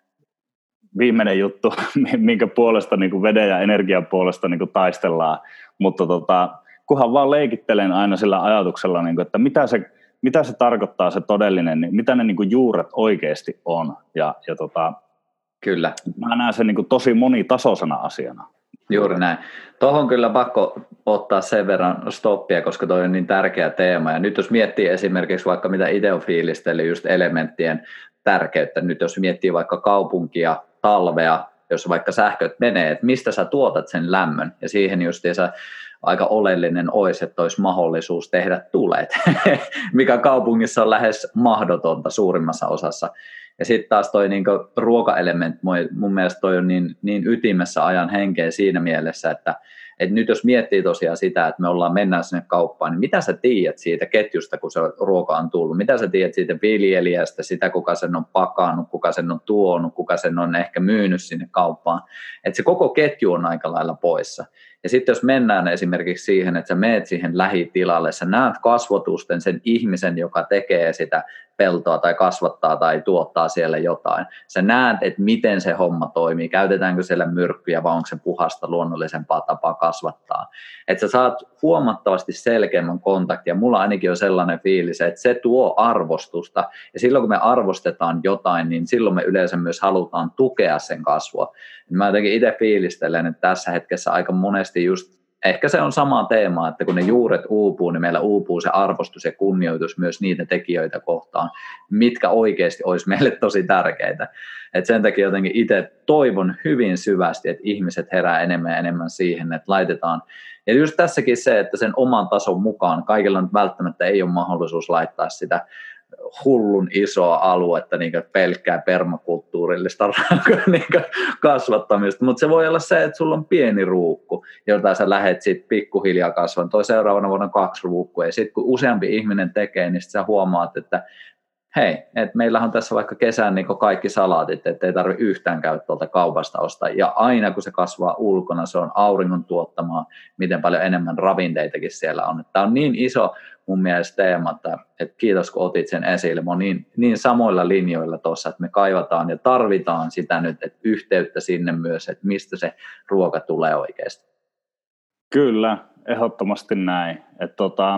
viimeinen juttu, minkä puolesta niin kuin veden ja energian puolesta niin kuin taistellaan, mutta tota, kunhan vaan leikittelen aina sillä ajatuksella, niin kuin, että mitä se, mitä se tarkoittaa se todellinen, niin mitä ne niin kuin juuret oikeasti on, ja, ja tota, kyllä. Mä näen sen niin kuin tosi monitasoisena asiana. Juuri näin. Tuohon kyllä pakko ottaa sen verran stoppia, koska toi on niin tärkeä teema. Ja nyt jos miettii esimerkiksi vaikka mitä itse on fiilistellyt, just elementtien tärkeyttä. Nyt jos miettii vaikka kaupunkia, talvea, jos vaikka sähköt menee, että mistä sä tuotat sen lämmön. Ja siihen justiinsa aika oleellinen olisi, että olisi mahdollisuus tehdä tulet, mikä kaupungissa on lähes mahdotonta suurimmassa osassa. Ja sitten taas toi niinku ruokaelementti, mun mielestä toi on niin, niin ytimessä ajan henkeä siinä mielessä, että et nyt jos miettii tosiaan sitä, että me ollaan mennään sinne kauppaan, niin mitä sä tiedät siitä ketjusta, kun se ruoka on tullut? Mitä sä tiedät siitä viljelijästä, sitä kuka sen on pakannut, kuka sen on tuonut, kuka sen on ehkä myynyt sinne kauppaan? Että se koko ketju on aika lailla poissa. Ja sitten jos mennään esimerkiksi siihen, että sä meet siihen lähitilalle, sä näet kasvotusten sen ihmisen, joka tekee sitä peltoa tai kasvattaa tai tuottaa siellä jotain. Sä näet, että miten se homma toimii, käytetäänkö siellä myrkkyjä vai onko se puhasta luonnollisempaa tapaa kasvattaa. Että sä saat huomattavasti selkeämmän kontaktin ja mulla ainakin on sellainen fiilis, että se tuo arvostusta ja silloin kun me arvostetaan jotain, niin silloin me yleensä myös halutaan tukea sen kasvua. Mä jotenkin itse fiilistelen, että tässä hetkessä aika monesti just, ehkä se on sama teema, että kun ne juuret uupuu, niin meillä uupuu se arvostus ja kunnioitus myös niitä tekijöitä kohtaan, mitkä oikeasti olisi meille tosi tärkeitä. Et sen takia jotenkin itse toivon hyvin syvästi, että ihmiset herää enemmän ja enemmän siihen, että laitetaan. Ja just tässäkin se, että sen oman tason mukaan, kaikilla nyt välttämättä ei ole mahdollisuus laittaa sitä hullun isoa aluetta niin pelkkää permakulttuurillista niin kasvattamista, mutta se voi olla se, että sulla on pieni ruukku, jota sä lähdet sitten pikkuhiljaa kasvamaan, toi seuraavana vuonna kaksi ruukkua, ja sitten kun useampi ihminen tekee, niin sä huomaat, että hei, että meillähän on tässä vaikka kesän niin kaikki salaatit, että ei tarvitse yhtään käydä tuolta kaupasta ostaa, ja aina kun se kasvaa ulkona, se on auringon tuottamaa, miten paljon enemmän ravinteitakin siellä on. Tämä on niin iso mun mielestä teema, että, että kiitos kun otit sen esille. Mä oon niin, niin samoilla linjoilla tuossa, että me kaivataan ja tarvitaan sitä nyt, että yhteyttä sinne myös, että mistä se ruoka tulee oikeasti. Kyllä, ehdottomasti näin. Että tota,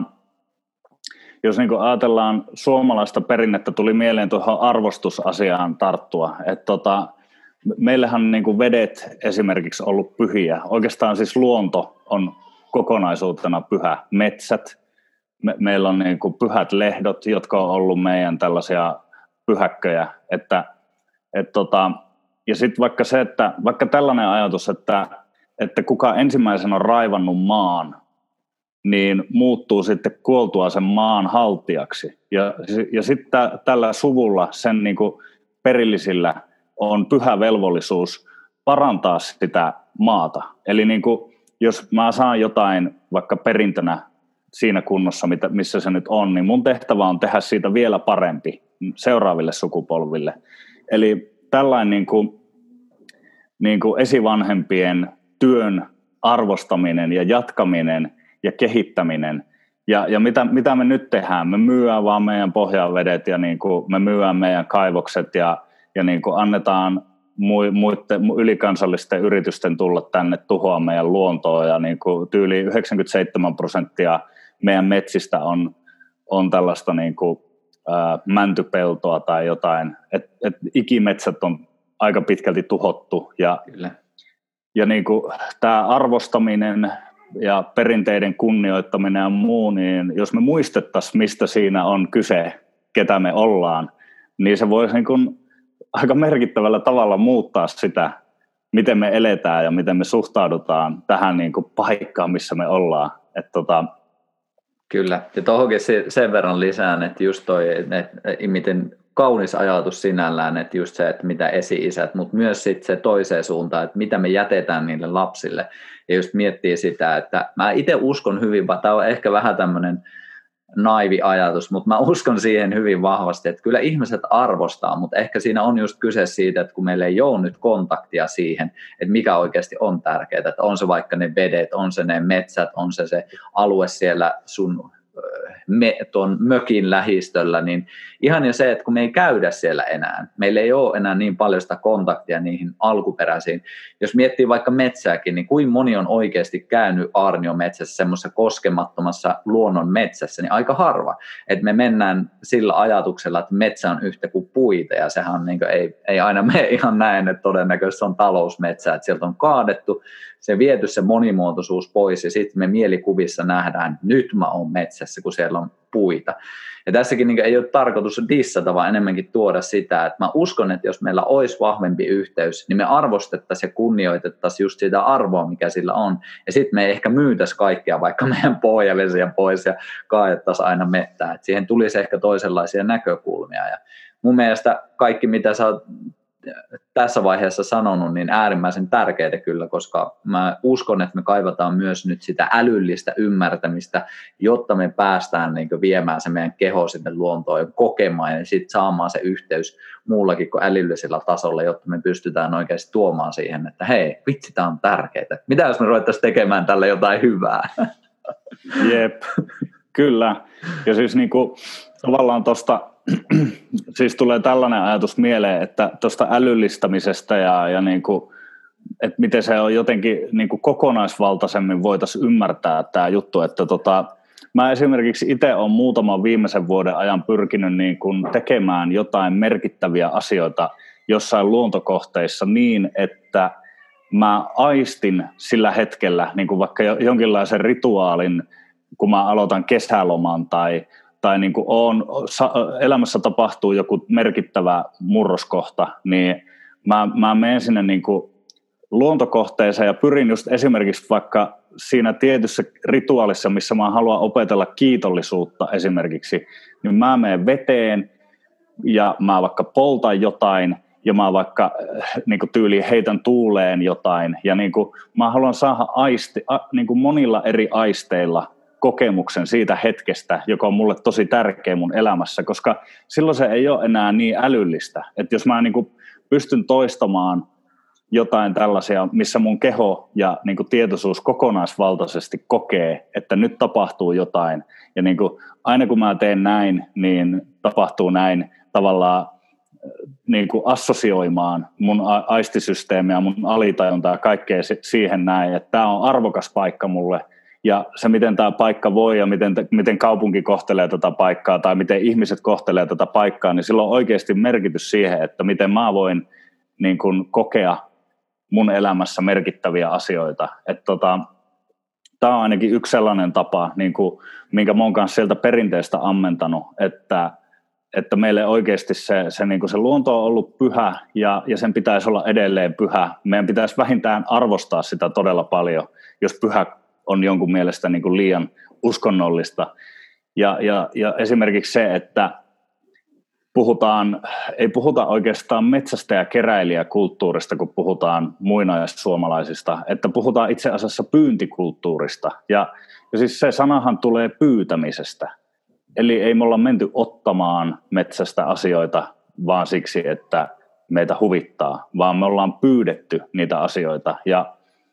jos niin ajatellaan suomalaista perinnettä, tuli mieleen tuohon arvostusasiaan tarttua. Että tota, meillähän on niin vedet esimerkiksi ollut pyhiä. Oikeastaan siis luonto on kokonaisuutena pyhä. Metsät. Me, meillä on niin kuin pyhät lehdot, jotka on ollut meidän tällaisia pyhäkköjä. Että, et tota, ja sitten vaikka se, että vaikka tällainen ajatus, että, että kuka ensimmäisen on raivannut maan, niin muuttuu sitten kuoltua sen maan haltijaksi. Ja, ja sitten tällä suvulla, sen niin kuin perillisillä, on pyhä velvollisuus parantaa sitä maata. Eli niin kuin, jos mä saan jotain vaikka perintönä siinä kunnossa, missä se nyt on, niin mun tehtävä on tehdä siitä vielä parempi seuraaville sukupolville. Eli tällainen niin kuin, niin kuin esivanhempien työn arvostaminen ja jatkaminen ja kehittäminen. Ja, ja mitä, mitä me nyt tehdään? Me myyään vaan meidän pohjavedet ja niin kuin me myyään meidän kaivokset ja, ja niin kuin annetaan muiden ylikansallisten yritysten tulla tänne tuhoa meidän luontoa ja niin kuin tyyli yhdeksänkymmentäseitsemän prosenttia meidän metsistä on, on tällaista niin kuin, ää, mäntypeltoa tai jotain, että et ikimetsät on aika pitkälti tuhottu ja, ja niin kuin, tämä arvostaminen, ja perinteiden kunnioittaminen ja muu, niin jos me muistettaisiin, mistä siinä on kyse, ketä me ollaan, niin se voisi niin kuin aika merkittävällä tavalla muuttaa sitä, miten me eletään ja miten me suhtaudutaan tähän niin kuin paikkaan, missä me ollaan. Et tota... Kyllä, ja tuohonkin sen verran lisään, että just toi, että miten kaunis ajatus sinällään, että just se, että mitä esi-isät, mutta myös sitten se toiseen suuntaan, että mitä me jätetään niille lapsille. Ja just miettii sitä, että mä itse uskon hyvin, tämä on ehkä vähän tämmöinen naivi ajatus, mutta mä uskon siihen hyvin vahvasti, että kyllä ihmiset arvostaa, mutta ehkä siinä on just kyse siitä, että kun meillä ei ole nyt kontaktia siihen, että mikä oikeasti on tärkeää, että on se vaikka ne vedet, on se ne metsät, on se se alue siellä sun me, tuon mökin lähistöllä, niin ihan jo se, että kun me ei käydä siellä enää, meillä ei ole enää niin paljon sitä kontaktia niihin alkuperäisiin. Jos miettii vaikka metsääkin, niin kuin moni on oikeasti käynyt aarniometsässä, semmoisessa koskemattomassa luonnon metsässä, niin aika harva. Että me mennään sillä ajatuksella, että metsä on yhtä kuin puita, ja sehän on niin kuin, ei, ei aina mene ihan näin, että todennäköisesti se on talousmetsää, että sieltä on kaadettu, se viety se monimuotoisuus pois, ja sitten me mielikuvissa nähdään, että nyt mä oon metsässä, kun siellä on puita. Ja tässäkin niin ei ole tarkoitus dissata, vaan enemmänkin tuoda sitä, että mä uskon, että jos meillä olisi vahvempi yhteys, niin me arvostettaisiin ja kunnioitettaisiin just sitä arvoa, mikä sillä on. Ja sitten me ei ehkä myytäisi kaikkea vaikka meidän pohjavesiä pois ja kaadettaisiin aina mettää. Että siihen tulisi ehkä toisenlaisia näkökulmia. Ja mun mielestä kaikki, mitä sä oot tässä vaiheessa sanonut, niin äärimmäisen tärkeää kyllä, koska mä uskon, että me kaivataan myös nyt sitä älyllistä ymmärtämistä, jotta me päästään niin kuin viemään se meidän keho sinne luontoon ja kokemaan ja sitten saamaan se yhteys muullakin kuin älyllisellä tasolla, jotta me pystytään oikeasti tuomaan siihen, että hei, vitsi, tämä on tärkeää. Mitä jos me ruvettaisiin tekemään tälle jotain hyvää? Jep, kyllä. Ja siis niin kuin, tavallaan tuosta siis tulee tällainen ajatus mieleen, että tuosta älyllistämisestä ja, ja niin kuin, että miten se on jotenkin niin kuin kokonaisvaltaisemmin voitaisiin ymmärtää tämä juttu, että tota, mä esimerkiksi itse olen muutaman viimeisen vuoden ajan pyrkinyt niin kuin tekemään jotain merkittäviä asioita jossain luontokohteissa niin, että mä aistin sillä hetkellä niin kuin vaikka jonkinlaisen rituaalin, kun mä aloitan kesäloman tai tai niin kuin on, elämässä tapahtuu joku merkittävä murroskohta, niin mä, mä menen sinne niin kuin luontokohteeseen ja pyrin just esimerkiksi vaikka siinä tietyssä rituaalissa, missä mä haluan opetella kiitollisuutta esimerkiksi, niin mä menen veteen ja mä vaikka poltan jotain ja mä vaikka niin kuin tyyliin heitän tuuleen jotain ja niin kuin mä haluan saada aisti, niin kuin monilla eri aisteilla kokemuksen siitä hetkestä, joka on mulle tosi tärkeä mun elämässä, koska silloin se ei ole enää niin älyllistä. Että jos mä niin kuin pystyn toistamaan jotain tällaisia, missä mun keho ja niin kuin tietoisuus kokonaisvaltaisesti kokee, että nyt tapahtuu jotain, ja niin kuin aina kun mä teen näin, niin tapahtuu näin tavallaan niin kuin assosioimaan mun aistisysteemiä, mun alitajuntaa ja kaikkea siihen näin, että tämä on arvokas paikka mulle. Ja se, miten tämä paikka voi ja miten, miten kaupunki kohtelee tätä paikkaa tai miten ihmiset kohtelee tätä paikkaa, niin sillä on oikeasti merkitys siihen, että miten mä voin niin kun, kokea mun elämässä merkittäviä asioita. Tota, tämä on ainakin yksi sellainen tapa, niin kun, minkä mä oon kanssa sieltä perinteestä ammentanut, että, että meille oikeasti se, se, niin kun se luonto on ollut pyhä ja, ja sen pitäisi olla edelleen pyhä. Meidän pitäisi vähintään arvostaa sitä todella paljon, jos pyhä on jonkun mielestä niin kuin liian uskonnollista. Ja, ja, ja esimerkiksi se, että puhutaan, ei puhuta oikeastaan metsästä ja keräilijäkulttuurista, kun puhutaan muinaissuomalaisista, että puhutaan itse asiassa pyyntikulttuurista. Ja, ja siis se sanahan tulee pyytämisestä. Eli ei me olla menty ottamaan metsästä asioita vaan siksi, että meitä huvittaa, vaan me ollaan pyydetty niitä asioita. Ja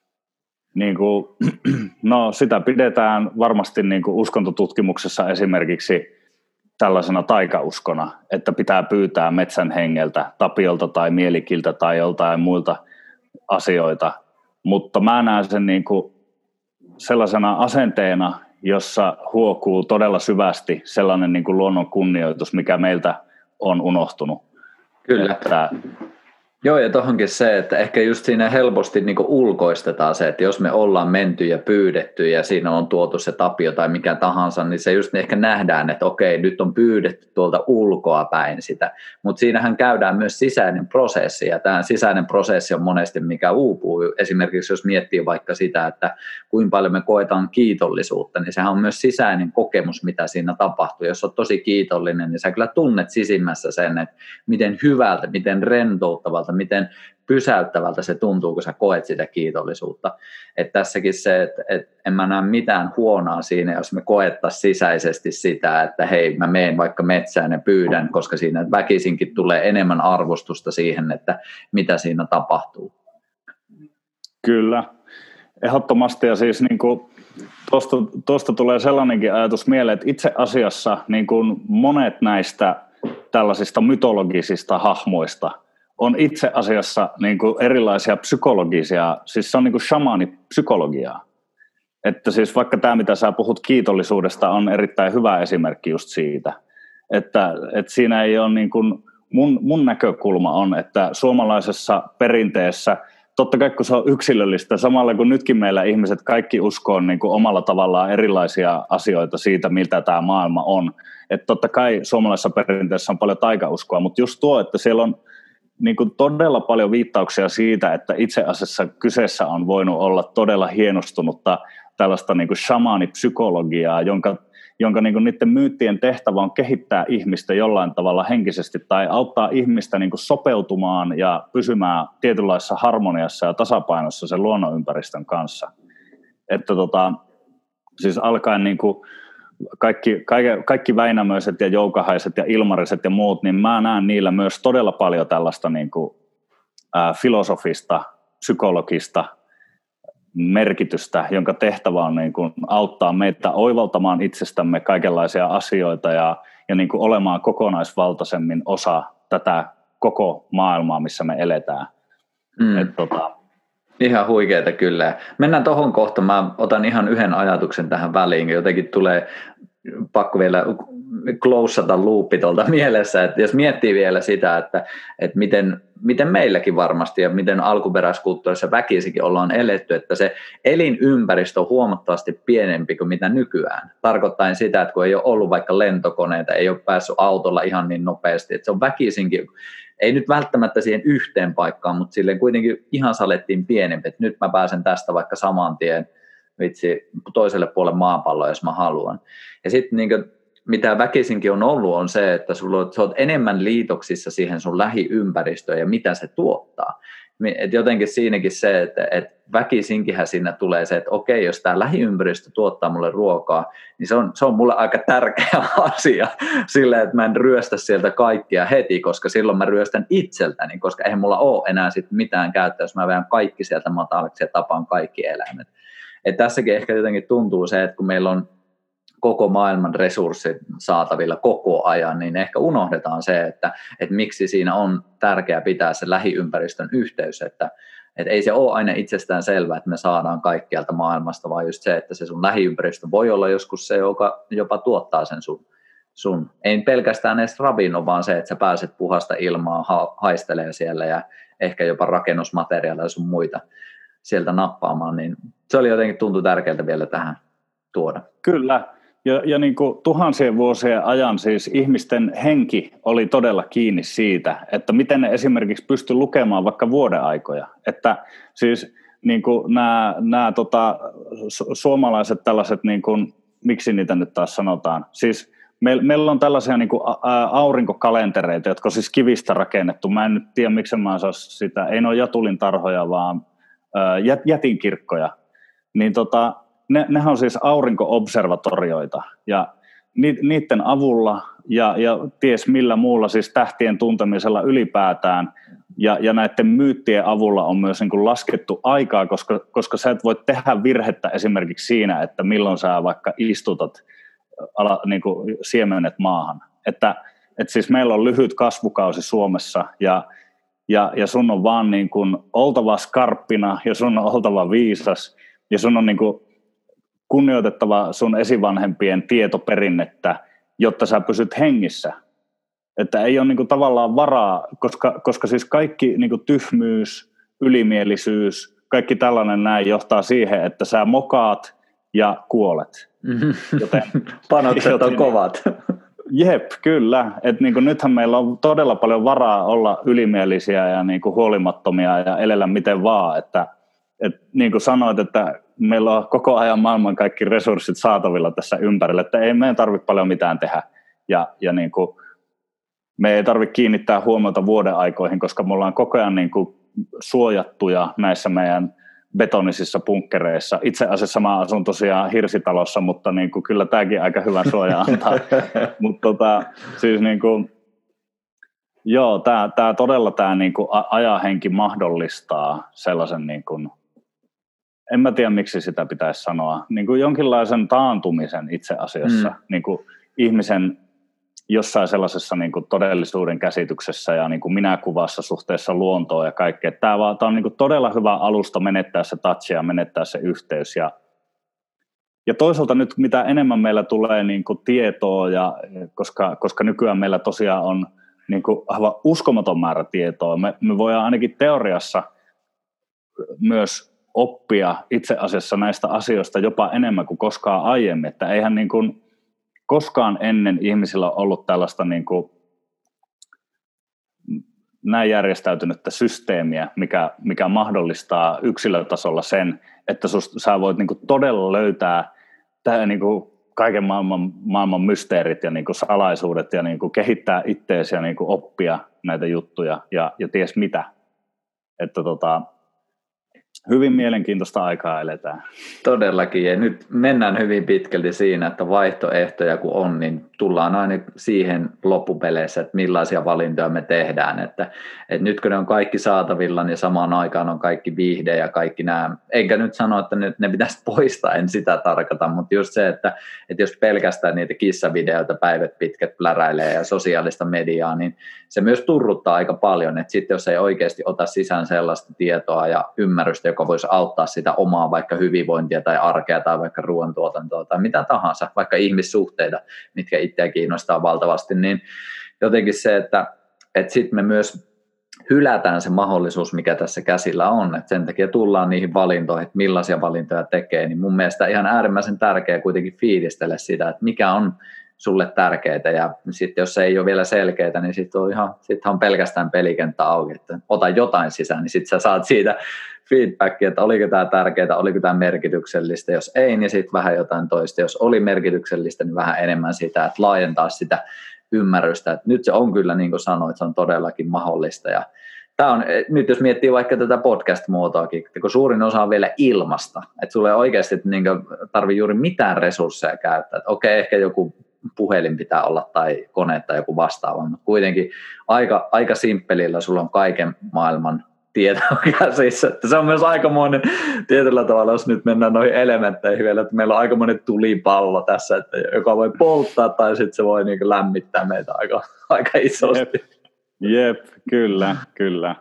niin kuin, no, sitä pidetään varmasti niin kuin uskontotutkimuksessa esimerkiksi tällaisena taikauskona, että pitää pyytää metsän hengeltä, tapiolta tai mielikiltä tai joltain muilta asioita. Mutta mä näen sen niin kuin sellaisena asenteena, jossa huokuu todella syvästi sellainen niin kuin luonnon kunnioitus, mikä meiltä on unohtunut. Kyllä. Että Joo, ja tohonkin se, että ehkä just siinä helposti niin kuin ulkoistetaan se, että jos me ollaan menty ja pyydetty ja siinä on tuotu se Tapio tai mikä tahansa, niin se just ehkä nähdään, että okei, nyt on pyydetty tuolta ulkoa päin sitä, mutta siinähän käydään myös sisäinen prosessi, ja tämä sisäinen prosessi on monesti mikä uupuu. Esimerkiksi jos miettii vaikka sitä, että kuinka paljon me koetaan kiitollisuutta, niin sehän on myös sisäinen kokemus, mitä siinä tapahtuu. Jos olet tosi kiitollinen, niin sä kyllä tunnet sisimmässä sen, että miten hyvältä, miten rentouttavalta, miten pysäyttävältä se tuntuu, kun sä koet sitä kiitollisuutta. Että tässäkin se, että, että en mä näe mitään huonoa siinä, jos me koettaisiin sisäisesti sitä, että hei, mä menen vaikka metsään ja pyydän, koska siinä väkisinkin tulee enemmän arvostusta siihen, että mitä siinä tapahtuu. Kyllä, ehdottomasti, ja siis niin kuin tuosta, tuosta tulee sellainenkin ajatus mieleen, että itse asiassa niin kuin monet näistä tällaisista mytologisista hahmoista on itse asiassa niin kuin erilaisia psykologisia, siis se on niin kuin shamaanipsykologiaa. Että siis vaikka tämä, mitä sä puhut kiitollisuudesta, on erittäin hyvä esimerkki just siitä, että, että siinä ei ole niin kuin, mun, mun näkökulma on, että suomalaisessa perinteessä, totta kai kun se on yksilöllistä, samalla kun nytkin meillä ihmiset kaikki uskoo niin kuin omalla tavallaan erilaisia asioita siitä, miltä tämä maailma on. Että totta kai suomalaisessa perinteessä on paljon taikauskoa, mutta just tuo, että siellä on niin kuin todella paljon viittauksia siitä, että itse asiassa kyseessä on voinut olla todella hienostunutta tällaista niin kuin shamaanipsykologiaa, jonka, jonka niin kuin niiden myyttien tehtävä on kehittää ihmistä jollain tavalla henkisesti tai auttaa ihmistä niin kuin sopeutumaan ja pysymään tietynlaisessa harmoniassa ja tasapainossa sen luonnonympäristön kanssa. Että tota, siis alkaen niin kuin Kaikki, kaikki, kaikki Väinämöiset ja Joukahaiset ja Ilmariset ja muut, niin mä näen niillä myös todella paljon tällaista niin kuin, ää, filosofista, psykologista merkitystä, jonka tehtävä on niin kuin, auttaa meitä oivaltamaan itsestämme kaikenlaisia asioita ja, ja niin kuin, olemaan kokonaisvaltaisemmin osa tätä koko maailmaa, missä me eletään. Mm. Et, tota, Ihan huikeeta kyllä. Mennään tuohon kohtaan. Mä otan ihan yhden ajatuksen tähän väliin. Jotenkin tulee pakko vielä closata loopi tuolta mielessä. Että jos miettii vielä sitä, että, että miten, miten meilläkin varmasti ja miten alkuperäiskulttuurissa väkisikin ollaan eletty, että se elinympäristö on huomattavasti pienempi kuin mitä nykyään. Tarkoittaen sitä, että kun ei ole ollut vaikka lentokoneita, ei ole päässyt autolla ihan niin nopeasti, että se on väkisinkin. Ei nyt välttämättä siihen yhteen paikkaan, mutta silleen kuitenkin ihan salettiin pienempi, että nyt mä pääsen tästä vaikka saman tien vitsi, toiselle puolelle maapalloa, jos mä haluan. Ja sitten niin mitä väkisinkin on ollut, on se, että sulla, sä oot enemmän liitoksissa siihen sun lähiympäristöön ja mitä se tuottaa. Et jotenkin siinäkin se, että et väkisinkinhän siinä tulee se, että okei, jos tämä lähiympäristö tuottaa mulle ruokaa, niin se on, se on mulle aika tärkeä asia sillä, että mä en ryöstä sieltä kaikkia heti, koska silloin mä ryöstän itseltäni, koska eihän mulla ole enää sit mitään käyttöä, jos mä vedän kaikki sieltä matalaksi ja tapaan kaikki eläimet. Et tässäkin ehkä jotenkin tuntuu se, että kun meillä on koko maailman resurssit saatavilla koko ajan, niin ehkä unohdetaan se, että, että miksi siinä on tärkeää pitää se lähiympäristön yhteys, että, että ei se ole aina itsestään selvää, että me saadaan kaikkialta maailmasta, vaan just se, että se sun lähiympäristö voi olla joskus se, joka jopa tuottaa sen sun, sun. Ei pelkästään edes ravinnon, vaan se, että sä pääset puhasta ilmaa ha- haistelee siellä ja ehkä jopa rakennusmateriaaleja sun muita sieltä nappaamaan, niin se oli jotenkin tuntuu tärkeältä vielä tähän tuoda. Kyllä. Ja, ja niin kuin tuhansien vuosien ajan siis ihmisten henki oli todella kiinni siitä, että miten ne esimerkiksi pystyi lukemaan vaikka vuodenaikoja. Että siis niin kuin nämä, nämä tota, su- suomalaiset tällaiset, niin kuin, miksi niitä nyt taas sanotaan, siis me, meillä on tällaisia niin kuin aurinkokalentereita, jotka on siis kivistä rakennettu. Mä en nyt tiedä, miksi mä osaa sitä, ei ne ole jatulintarhoja, vaan ää, jätinkirkkoja. Niin tota, Ne, nehän on siis aurinko-observatorioita ja ni, niiden avulla ja, ja ties millä muulla, siis tähtien tuntemisella ylipäätään ja, ja näiden myyttien avulla on myös niin kuin laskettu aikaa, koska, koska sä et voi tehdä virhettä esimerkiksi siinä, että milloin sä vaikka istutat ala, niin kuin siemenet maahan. Että, että siis meillä on lyhyt kasvukausi Suomessa ja, ja, ja sun on vaan niin kuin oltava skarppina ja sun on oltava viisas ja sun on niin kuin kunnioitettava sun esivanhempien tietoperinnettä, jotta sä pysyt hengissä. että ei ole niin kuin tavallaan varaa, koska, koska siis kaikki niin kuin tyhmyys, ylimielisyys, kaikki tällainen näin johtaa siihen, että sä mokaat ja kuolet. Joten, panokset joten, on kovat. Jep, kyllä. Et niin kuin nythän meillä on todella paljon varaa olla ylimielisiä ja niin kuin huolimattomia ja elellä miten vaan. Että, et niin kuin sanoit, että meillä on koko ajan maailman kaikki resurssit saatavilla tässä ympärillä, että ei meidän tarvitse paljon mitään tehdä. Ja, ja niin kuin, me ei tarvitse kiinnittää huomiota vuoden aikoihin, koska me ollaan koko ajan niin kuin suojattuja näissä meidän betonisissa bunkkereissa. Itse asiassa mä asun tosiaan hirsitalossa, mutta niin kuin, kyllä tämäkin aika hyvän suoja antaa. Mutta tota, siis niin kuin, joo, tämä, tämä todella tämä niin kuin ajahenki mahdollistaa sellaisen, niin kuin, en mä tiedä miksi sitä pitäisi sanoa, niin kuin jonkinlaisen taantumisen itse asiassa, mm. niin kuin ihmisen jossain sellaisessa niin kuin todellisuuden käsityksessä ja niin kuin minäkuvassa suhteessa luontoon ja kaikkea. Tämä, vaan, tämä on niin kuin todella hyvä alusta menettää se touch ja menettää se yhteys. Ja, ja toisaalta nyt mitä enemmän meillä tulee niin kuin tietoa, ja, koska, koska nykyään meillä tosiaan on niin kuin aivan uskomaton määrä tietoa, me, me voidaan ainakin teoriassa myös oppia itse asiassa näistä asioista jopa enemmän kuin koskaan aiemmin. Että eihän niin kuin koskaan ennen ihmisillä on ollut tällaista niin kuin näin järjestäytynyttä systeemiä, mikä, mikä mahdollistaa yksilötasolla sen, että susta, sä voit niin kuin todella löytää tää, niin kuin kaiken maailman, maailman mysteerit ja niin kuin salaisuudet ja niin kuin kehittää itteesi ja niin kuin oppia näitä juttuja ja, ja ties mitä. Että tota, hyvin mielenkiintoista aikaa eletään. Todellakin, ja nyt mennään hyvin pitkälti siinä, että vaihtoehtoja kun on, niin tullaan aina siihen loppupeleissä, että millaisia valintoja me tehdään. Että, että nyt kun ne on kaikki saatavilla, niin samaan aikaan on kaikki viihde ja kaikki nämä. Enkä nyt sano, että nyt ne pitäisi poistaa, en sitä tarkoita, mutta just se, että, että jos pelkästään niitä kissavideoita päivät pitkät pläräilee ja sosiaalista mediaa, niin se myös turruttaa aika paljon. Että sitten jos ei oikeasti ota sisään sellaista tietoa ja ymmärrystä, joka voisi auttaa sitä omaa vaikka hyvinvointia tai arkea tai vaikka ruoantuotantoa tai mitä tahansa, vaikka ihmissuhteita, mitkä itseä kiinnostaa valtavasti, niin jotenkin se, että, että sitten me myös hylätään se mahdollisuus, mikä tässä käsillä on, että sen takia tullaan niihin valintoihin, että millaisia valintoja tekee, niin mun mielestä ihan äärimmäisen tärkeää kuitenkin fiilistellä sitä, että mikä on sulle tärkeää, ja sitten jos se ei ole vielä selkeää, niin sitten on ihan sit on pelkästään pelikenttä auki, että ota jotain sisään, niin sitten sä saat siitä feedbackia, että oliko tämä tärkeää, oliko tämä merkityksellistä, jos ei, niin sitten vähän jotain toista, jos oli merkityksellistä, niin vähän enemmän sitä, että laajentaa sitä ymmärrystä, että nyt se on kyllä, niin kuin sanoit, se on todellakin mahdollista, ja tämä on, nyt jos miettii vaikka tätä podcast-muotoakin, kun suurin osa on vielä ilmasta, että sulla ei oikeasti niin tarvitse juuri mitään resursseja käyttää, että okei, ehkä joku puhelin pitää olla tai kone tai joku vastaava, mutta kuitenkin aika, aika simppelillä sulla on kaiken maailman tietoa käsissä. Että se on myös aikamoinen tietyllä tavalla, jos nyt mennään noihin elementteihin vielä, että meillä on aikamoinen tulipallo tässä, että joka voi polttaa tai sitten se voi niin kuin lämmittää meitä aika, aika isosti. Jep, Jep kyllä, kyllä.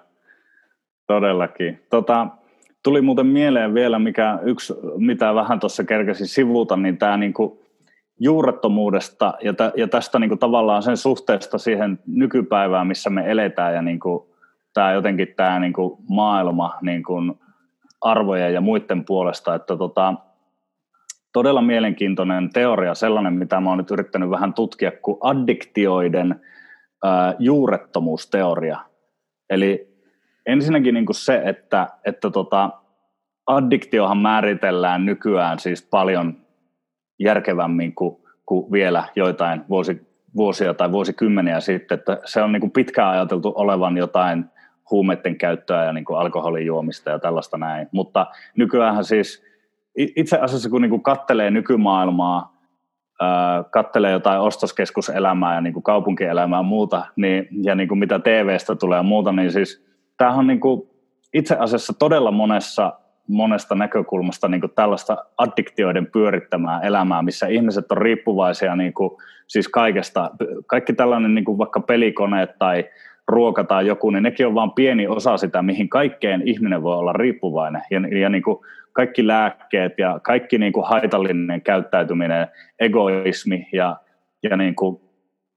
Todellakin. Tota, tuli muuten mieleen vielä, mikä yksi, mitä vähän tuossa kerkesin sivuuta, niin tämä niinku juurettomuudesta ja, tä, ja tästä niinku tavallaan sen suhteesta siihen nykypäivään, missä me eletään ja niinku tämä jotenkin tämä niinku maailma niinku arvojen ja muiden puolesta, että tota, todella mielenkiintoinen teoria, sellainen, mitä mä oon nyt yrittänyt vähän tutkia, kuin addiktioiden ää, juurettomuusteoria. Eli ensinnäkin niinku se, että, että tota, addiktiohan määritellään nykyään siis paljon järkevämmin kuin, kuin vielä joitain vuosi, vuosia tai vuosikymmeniä sitten, että se on niin kuin pitkään ajateltu olevan jotain huumeiden käyttöä ja niin kuin alkoholin juomista ja tällaista näin, mutta nykyäänhän siis itse asiassa kun niin kuin kattelee nykymaailmaa, ää, kattelee jotain ostoskeskuselämää ja niin kuin kaupunkielämää ja muuta, niin, ja niin kuin mitä T V:stä tulee ja muuta, niin siis tämähän on niin kuin itse asiassa todella monessa monesta näkökulmasta niin kuin tällaista addiktioiden pyörittämää elämää, missä ihmiset on riippuvaisia niin kuin, siis kaikesta. Kaikki tällainen niin kuin vaikka pelikoneet tai ruoka tai joku, niin nekin on vain pieni osa sitä, mihin kaikkeen ihminen voi olla riippuvainen. Ja, ja niin kuin kaikki lääkkeet ja kaikki niin kuin haitallinen käyttäytyminen, egoismi ja, ja niin kuin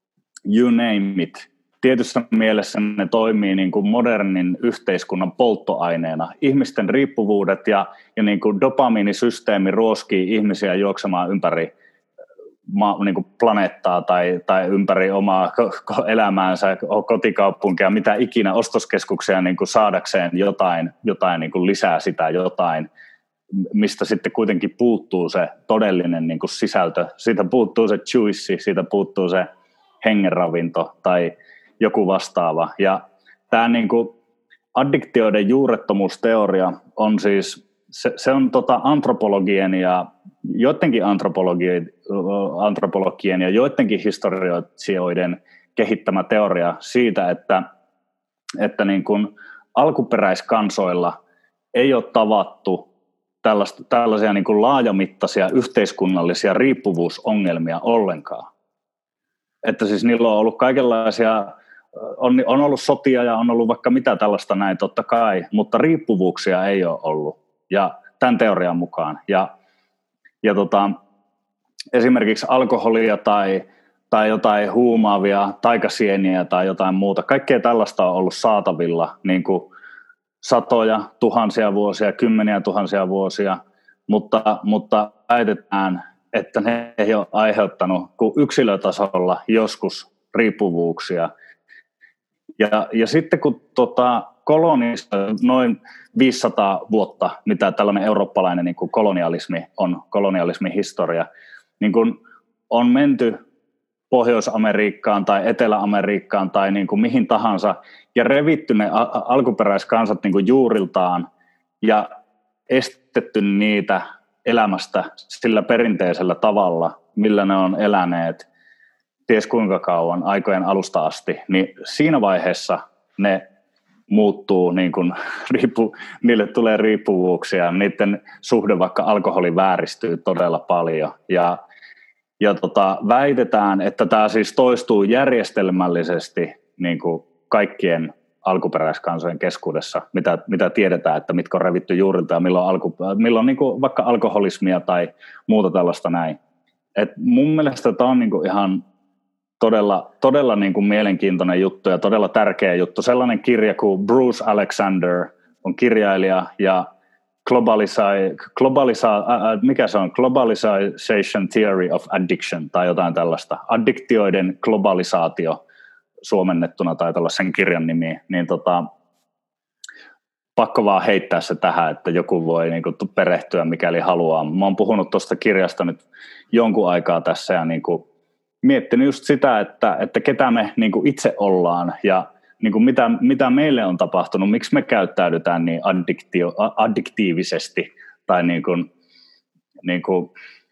you name it. Tietyssä mielessä ne toimii niin kuin modernin yhteiskunnan polttoaineena. Ihmisten riippuvuudet ja, ja niin kuin dopamiinisysteemi ruoskii ihmisiä juoksemaan ympäri ma, niin kuin planeettaa tai, tai ympäri omaa elämäänsä, kotikaupunkia, mitä ikinä, ostoskeskuksia niin kuin saadakseen jotain, jotain niin kuin lisää sitä jotain, mistä sitten kuitenkin puuttuu se todellinen niin kuin sisältö. Siitä puuttuu se juice, siitä puuttuu se hengenravinto tai joku vastaava. Ja tämä niin kuin addiktioiden juurettomuusteoria on siis, se, se on tota antropologien ja joidenkin antropologien, antropologien ja joidenkin historioitsijoiden kehittämä teoria siitä, että, että niin kuin alkuperäiskansoilla ei ole tavattu tällaisia niin kuin laajamittaisia yhteiskunnallisia riippuvuusongelmia ollenkaan. Että siis niillä on ollut kaikenlaisia, on, on ollut sotia ja on ollut vaikka mitä tällaista näin totta kai, mutta riippuvuuksia ei ole ollut, ja tämän teorian mukaan. Ja, ja tota, esimerkiksi alkoholia tai, tai jotain huumaavia taikasieniä tai jotain muuta, kaikkea tällaista on ollut saatavilla niin kuin satoja, tuhansia vuosia, kymmeniä tuhansia vuosia, mutta, mutta väitetään, että ne ei ole aiheuttanut kuin yksilötasolla joskus riippuvuuksia. Ja, ja sitten kun tota, kolonista noin viisisataa vuotta, mitä tällainen eurooppalainen niin kuin kolonialismi on, kolonialismin historia, niin kuin on menty Pohjois-Amerikkaan tai Etelä-Amerikkaan tai niin kuin mihin tahansa ja revitty ne alkuperäiskansat niin kuin juuriltaan ja estetty niitä elämästä sillä perinteisellä tavalla, millä ne on eläneet ties kuinka kauan aikojen alusta asti, niin siinä vaiheessa ne muuttuu, niin kuin, riippu, niille tulee riippuvuuksia, niiden suhde vaikka alkoholi vääristyy todella paljon ja, ja tota, väitetään, että tämä siis toistuu järjestelmällisesti niin kuin kaikkien alkuperäiskansojen keskuudessa, mitä, mitä tiedetään, että mitkä on revitty juurilta ja milloin, alku, milloin niin kuin vaikka alkoholismia tai muuta tällaista näin. Et mun mielestä tämä on niin kuin ihan todella, todella niin kuin mielenkiintoinen juttu ja todella tärkeä juttu. Sellainen kirja kuin Bruce Alexander on kirjailija ja globalisa- globalisa- äh, mikä se on? Globalization Theory of Addiction tai jotain tällaista. Addiktioiden globalisaatio suomennettuna tai tällaisen kirjan nimi, niin tota, pakko vaan heittää se tähän, että joku voi niin kuin perehtyä mikäli haluaa. Mä oon puhunut tuosta kirjasta nyt jonkun aikaa tässä ja niin kuin miettinyt just sitä, että, että ketä me niin kuin itse ollaan ja niin kuin mitä, mitä meille on tapahtunut, miksi me käyttäydytään niin addiktio, addiktiivisesti tai niin kuin, niin kuin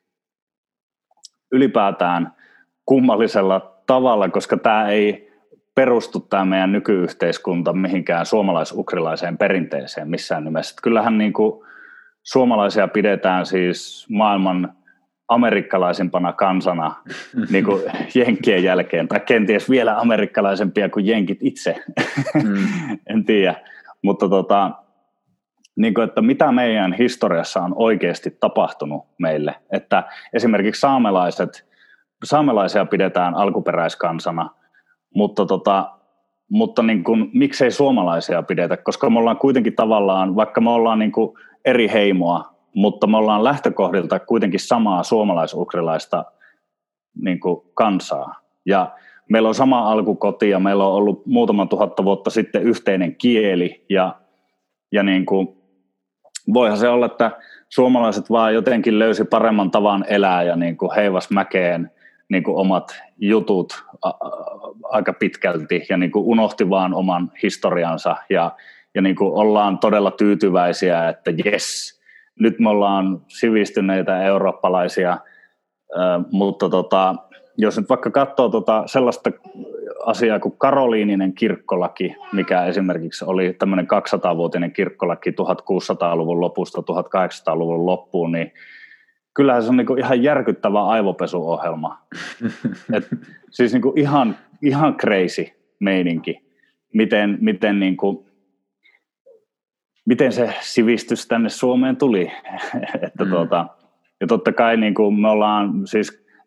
ylipäätään kummallisella tavalla, koska tämä ei perustu tämä meidän nykyyhteiskunta mihinkään suomalais-ukrilaiseen perinteeseen missään nimessä. Kyllähän niin kuin suomalaisia pidetään siis maailman amerikkalaisimpana kansana niin kuin jenkkien jälkeen, tai kenties vielä amerikkalaisempia kuin jenkit itse, mm. en tiedä. Mutta tota, niin kuin, että mitä meidän historiassa on oikeasti tapahtunut meille, että esimerkiksi saamelaiset, saamelaisia pidetään alkuperäiskansana, mutta, tota, mutta niin kuin, miksei suomalaisia pidetä, koska me ollaan kuitenkin tavallaan, vaikka me ollaan niin kuin eri heimoa, mutta me ollaan lähtökohdilta kuitenkin samaa suomalais-ukrilaista niin kuin kansaa. Ja meillä on sama alkukoti ja meillä on ollut muutaman tuhatta vuotta sitten yhteinen kieli ja, ja niin kuin, voihan se olla, että suomalaiset vaan jotenkin löysi paremman tavan elää ja niin kuin heivas mäkeen niin kuin omat jutut a, a, aika pitkälti ja niin kuin unohti vaan oman historiansa ja, ja niin kuin ollaan todella tyytyväisiä, että jes, nyt me ollaan sivistyneitä eurooppalaisia, äh, mutta tota, jos nyt vaikka katsoo tota sellaista asiaa kuin karoliininen kirkkolaki, mikä esimerkiksi oli tämmöinen kaksisataavuotinen kirkkolaki tuhatkuusisataaluvun lopusta tuhatkahdeksansataaluvun loppuun, niin kyllähän se on niinku ihan järkyttävä aivopesuohjelma. Et, siis niinku ihan, ihan crazy meininki, miten, miten, niinku, miten se sivistys tänne Suomeen tuli. Että mm. tuota, ja totta kai niinku me ollaan siis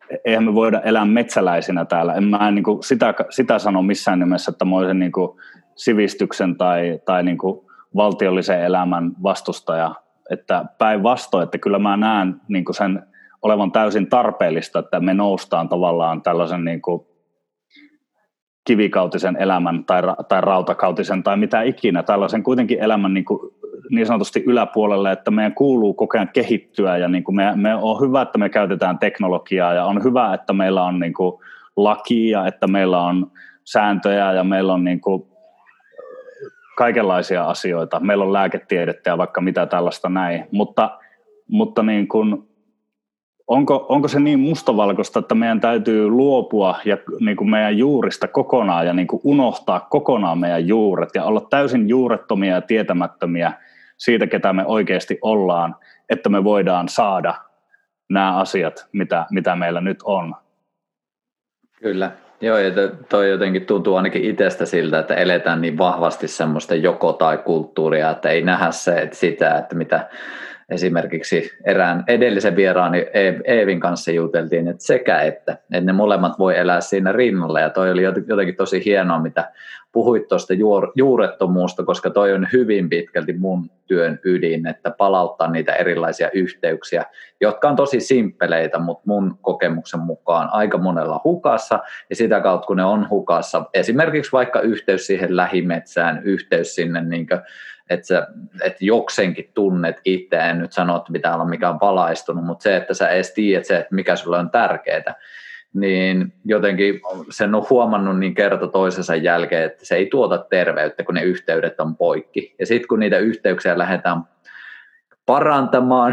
eihän me voida elää metsäläisinä täällä. En mä niin kuin sitä, sitä sano missään nimessä, että mä olisin niin kuin sivistyksen tai, tai niin kuin valtiollisen elämän vastustaja. Että päinvastoin, että kyllä mä näen niin kuin sen olevan täysin tarpeellista, että me noustaan tavallaan tällaisen niin kuin kivikautisen elämän tai, tai rautakautisen tai mitä ikinä, tällaisen kuitenkin elämän niin, kuin, niin sanotusti yläpuolelle, että meidän kuuluu koko ajan kehittyä ja niin kuin me, me on hyvä, että me käytetään teknologiaa ja on hyvä, että meillä on niin kuin lakia, että meillä on sääntöjä ja meillä on niin kuin kaikenlaisia asioita. Meillä on lääketiedettä ja vaikka mitä tällaista näin, mutta, mutta niin kuin Onko, onko se niin mustavalkoista, että meidän täytyy luopua ja, niin kuin meidän juurista kokonaan ja niin kuin unohtaa kokonaan meidän juuret ja olla täysin juurettomia ja tietämättömiä siitä, ketä me oikeasti ollaan, että me voidaan saada nämä asiat, mitä, mitä meillä nyt on? Kyllä. Joo, ja toi jotenkin tuntuu ainakin itsestä siltä, että eletään niin vahvasti semmoista joko tai kulttuuria, että ei nähdä se, että sitä, että mitä esimerkiksi erään edellisen vieraani Eevin kanssa juteltiin, että sekä että, että ne molemmat voi elää siinä rinnalla, ja toi oli jotenkin tosi hienoa, mitä puhuit tuosta juurettomuusta, koska toi on hyvin pitkälti mun työn ydin, että palauttaa niitä erilaisia yhteyksiä, jotka on tosi simppeleitä, mutta mun kokemuksen mukaan aika monella hukassa, ja sitä kautta kun ne on hukassa, esimerkiksi vaikka yhteys siihen lähimetsään, yhteys sinne niin kuin, että sä et jokseenkin tunnet itse, en nyt sano, että pitää olla mikään valaistunut, mutta se, että sä edes tiedät se, että mikä sulle on tärkeää, niin jotenkin sen on huomannut niin kerta toisensa jälkeen, että se ei tuota terveyttä, kun ne yhteydet on poikki. Ja sitten kun niitä yhteyksiä lähdetään parantamaan,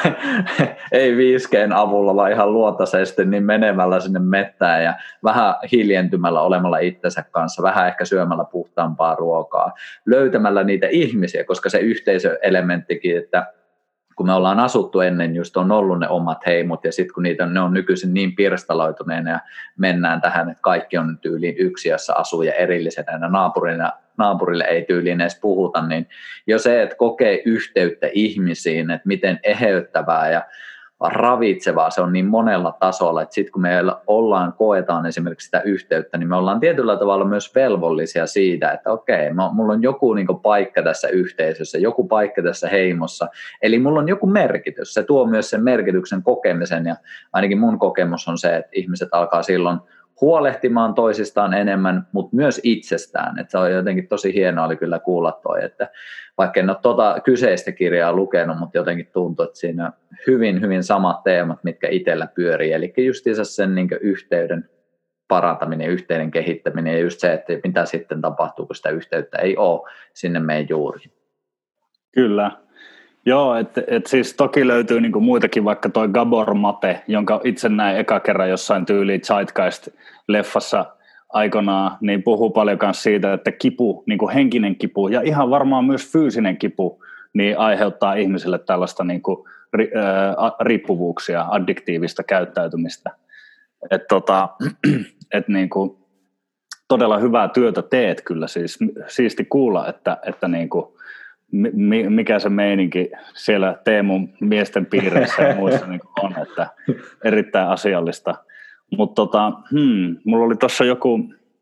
ei viisi G:n avulla, vaan ihan luontaisesti, niin menemällä sinne mettään ja vähän hiljentymällä olemalla itsensä kanssa, vähän ehkä syömällä puhtaampaa ruokaa, löytämällä niitä ihmisiä, koska se yhteisöelementtikin, että kun me ollaan asuttu ennen, just on ollut ne omat heimot, ja sitten kun niitä, ne on nykyisin niin pirstaloituneena, ja mennään tähän, että kaikki on tyyliin yksi, jossa asuu ja erillisenä, ja naapurina, naapurille ei tyyliin edes puhuta, niin jo se, että kokee yhteyttä ihmisiin, että miten eheyttävää ja ravitsevaa se on niin monella tasolla, että sitten kun me ollaan, koetaan esimerkiksi sitä yhteyttä, niin me ollaan tietyllä tavalla myös velvollisia siitä, että okei, mulla on joku niin kuin paikka tässä yhteisössä, joku paikka tässä heimossa, eli mulla on joku merkitys, se tuo myös sen merkityksen kokemisen, ja ainakin mun kokemus on se, että ihmiset alkaa silloin huolehtimaan toisistaan enemmän, mutta myös itsestään, että se on jotenkin tosi hienoa oli kyllä kuulla toi, että vaikka en ole tuota kyseistä kirjaa lukenut, mutta jotenkin tuntuu, että siinä hyvin, hyvin samat teemat, mitkä itsellä pyörii, eli justiinsa sen niin kuin yhteyden parantaminen, yhteyden kehittäminen ja just se, että mitä sitten tapahtuu, kun sitä yhteyttä ei ole sinne meidän juuriin. Kyllä. Joo, että et siis toki löytyy niinku muitakin, vaikka toi Gabor Mate, jonka itse näin eka kerran jossain tyyliin Zeitgeist-leffassa aikanaan, niin puhuu paljon myös siitä, että kipu, niinku henkinen kipu ja ihan varmaan myös fyysinen kipu, niin aiheuttaa ihmisille tällaista niinku ri, ää, riippuvuuksia, addiktiivista käyttäytymistä. Että tota, et niinku, todella hyvää työtä teet kyllä, siis siisti kuulla, että, että niinku, mikä se meininki siellä Teemun miesten piireissä ja muissa niin on, että erittäin asiallista. Mutta tota, hmm, mulla oli tuossa joku,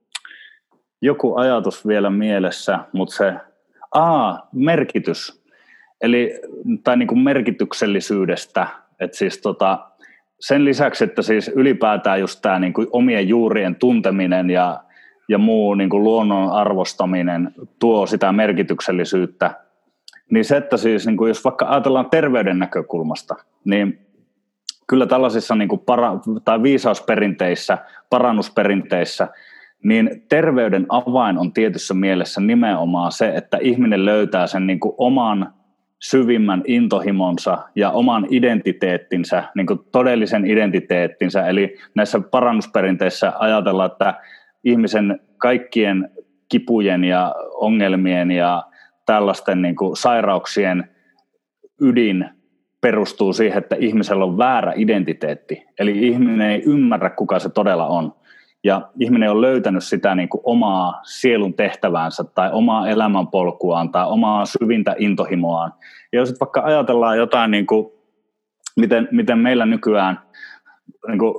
joku ajatus vielä mielessä, mutta se, aa, merkitys, eli, tai niin kuin merkityksellisyydestä, että siis tota, sen lisäksi, että siis ylipäätään just tämä niin kuin omien juurien tunteminen ja, ja muu niin kuin luonnon arvostaminen tuo sitä merkityksellisyyttä, niin se, että siis niin kuin jos vaikka ajatellaan terveyden näkökulmasta, niin kyllä tällaisissa niin kuin para, tai viisausperinteissä, parannusperinteissä, niin terveyden avain on tietyssä mielessä nimenomaan se, että ihminen löytää sen niin kuin oman syvimmän intohimonsa ja oman identiteettinsä, niin kuin todellisen identiteettinsä. Eli näissä parannusperinteissä ajatellaan, että ihmisen kaikkien kipujen ja ongelmien ja tällaisten niin kuin sairauksien ydin perustuu siihen, että ihmisellä on väärä identiteetti. Eli ihminen ei ymmärrä, kuka se todella on. Ja ihminen on löytänyt sitä niin kuin omaa sielun tehtäväänsä tai omaa elämänpolkuaan tai omaa syvintä intohimoaan. Ja jos vaikka ajatellaan jotain, niin kuin, miten, miten meillä nykyään, niin kuin,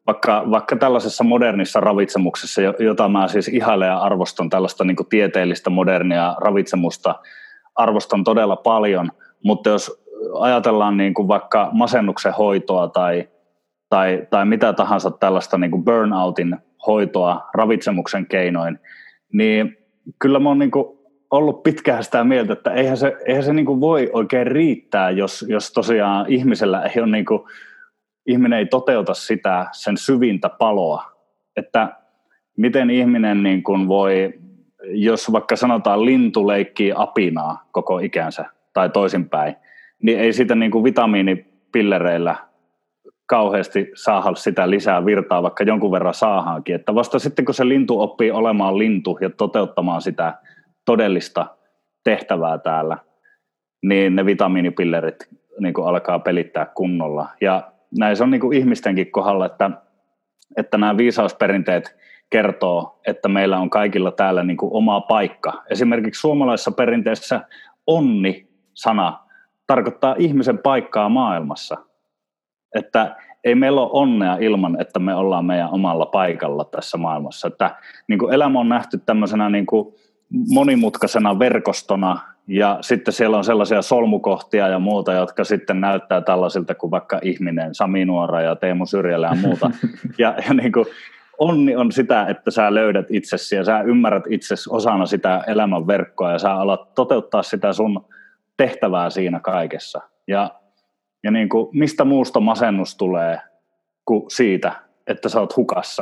vaikka, vaikka tällaisessa modernissa ravitsemuksessa, jota mä siis ihailen ja arvostan, tällaista niin kuin tieteellistä modernia ravitsemusta, arvostan todella paljon, mutta jos ajatellaan niin kuin vaikka masennuksen hoitoa tai, tai, tai mitä tahansa tällaista niin kuin burnoutin hoitoa ravitsemuksen keinoin, niin kyllä mä oon niin kuin ollut pitkään sitä mieltä, että eihän se, eihän se niin kuin voi oikein riittää, jos, jos tosiaan ihmisellä ei ole niin kuin, ihminen ei toteuta sitä sen syvintä paloa, että miten ihminen niin kuin voi, jos vaikka sanotaan lintu leikkii apinaa koko ikänsä tai toisinpäin, niin ei sitä niin kuin vitamiinipillereillä kauheasti saada sitä lisää virtaa, vaikka jonkun verran saahaankin, että vasta sitten kun se lintu oppii olemaan lintu ja toteuttamaan sitä todellista tehtävää täällä, niin ne vitamiinipillerit niin kuin alkaa pelittää kunnolla. Ja näin se on niin kuin ihmistenkin kohdalla, että, että nämä viisausperinteet kertoo, että meillä on kaikilla täällä niin kuin oma paikka. Esimerkiksi suomalaisessa perinteessä onni-sana tarkoittaa ihmisen paikkaa maailmassa. Että ei meillä ole onnea ilman, että me ollaan meidän omalla paikalla tässä maailmassa. Että niin kuin elämä on nähty tämmöisenä niin kuin monimutkaisena verkostona, ja sitten siellä on sellaisia solmukohtia ja muuta, jotka sitten näyttää tällaisilta kuin vaikka ihminen, Sami Nuora ja Teemu Syrjälä ja muuta. Ja, ja niin kuin onni on sitä, että sä löydät itsesi ja sä ymmärrät itsesi osana sitä elämän verkkoa ja sä alat toteuttaa sitä sun tehtävää siinä kaikessa. Ja, ja niin kuin, mistä muusta masennus tulee kuin siitä, että sä oot hukassa.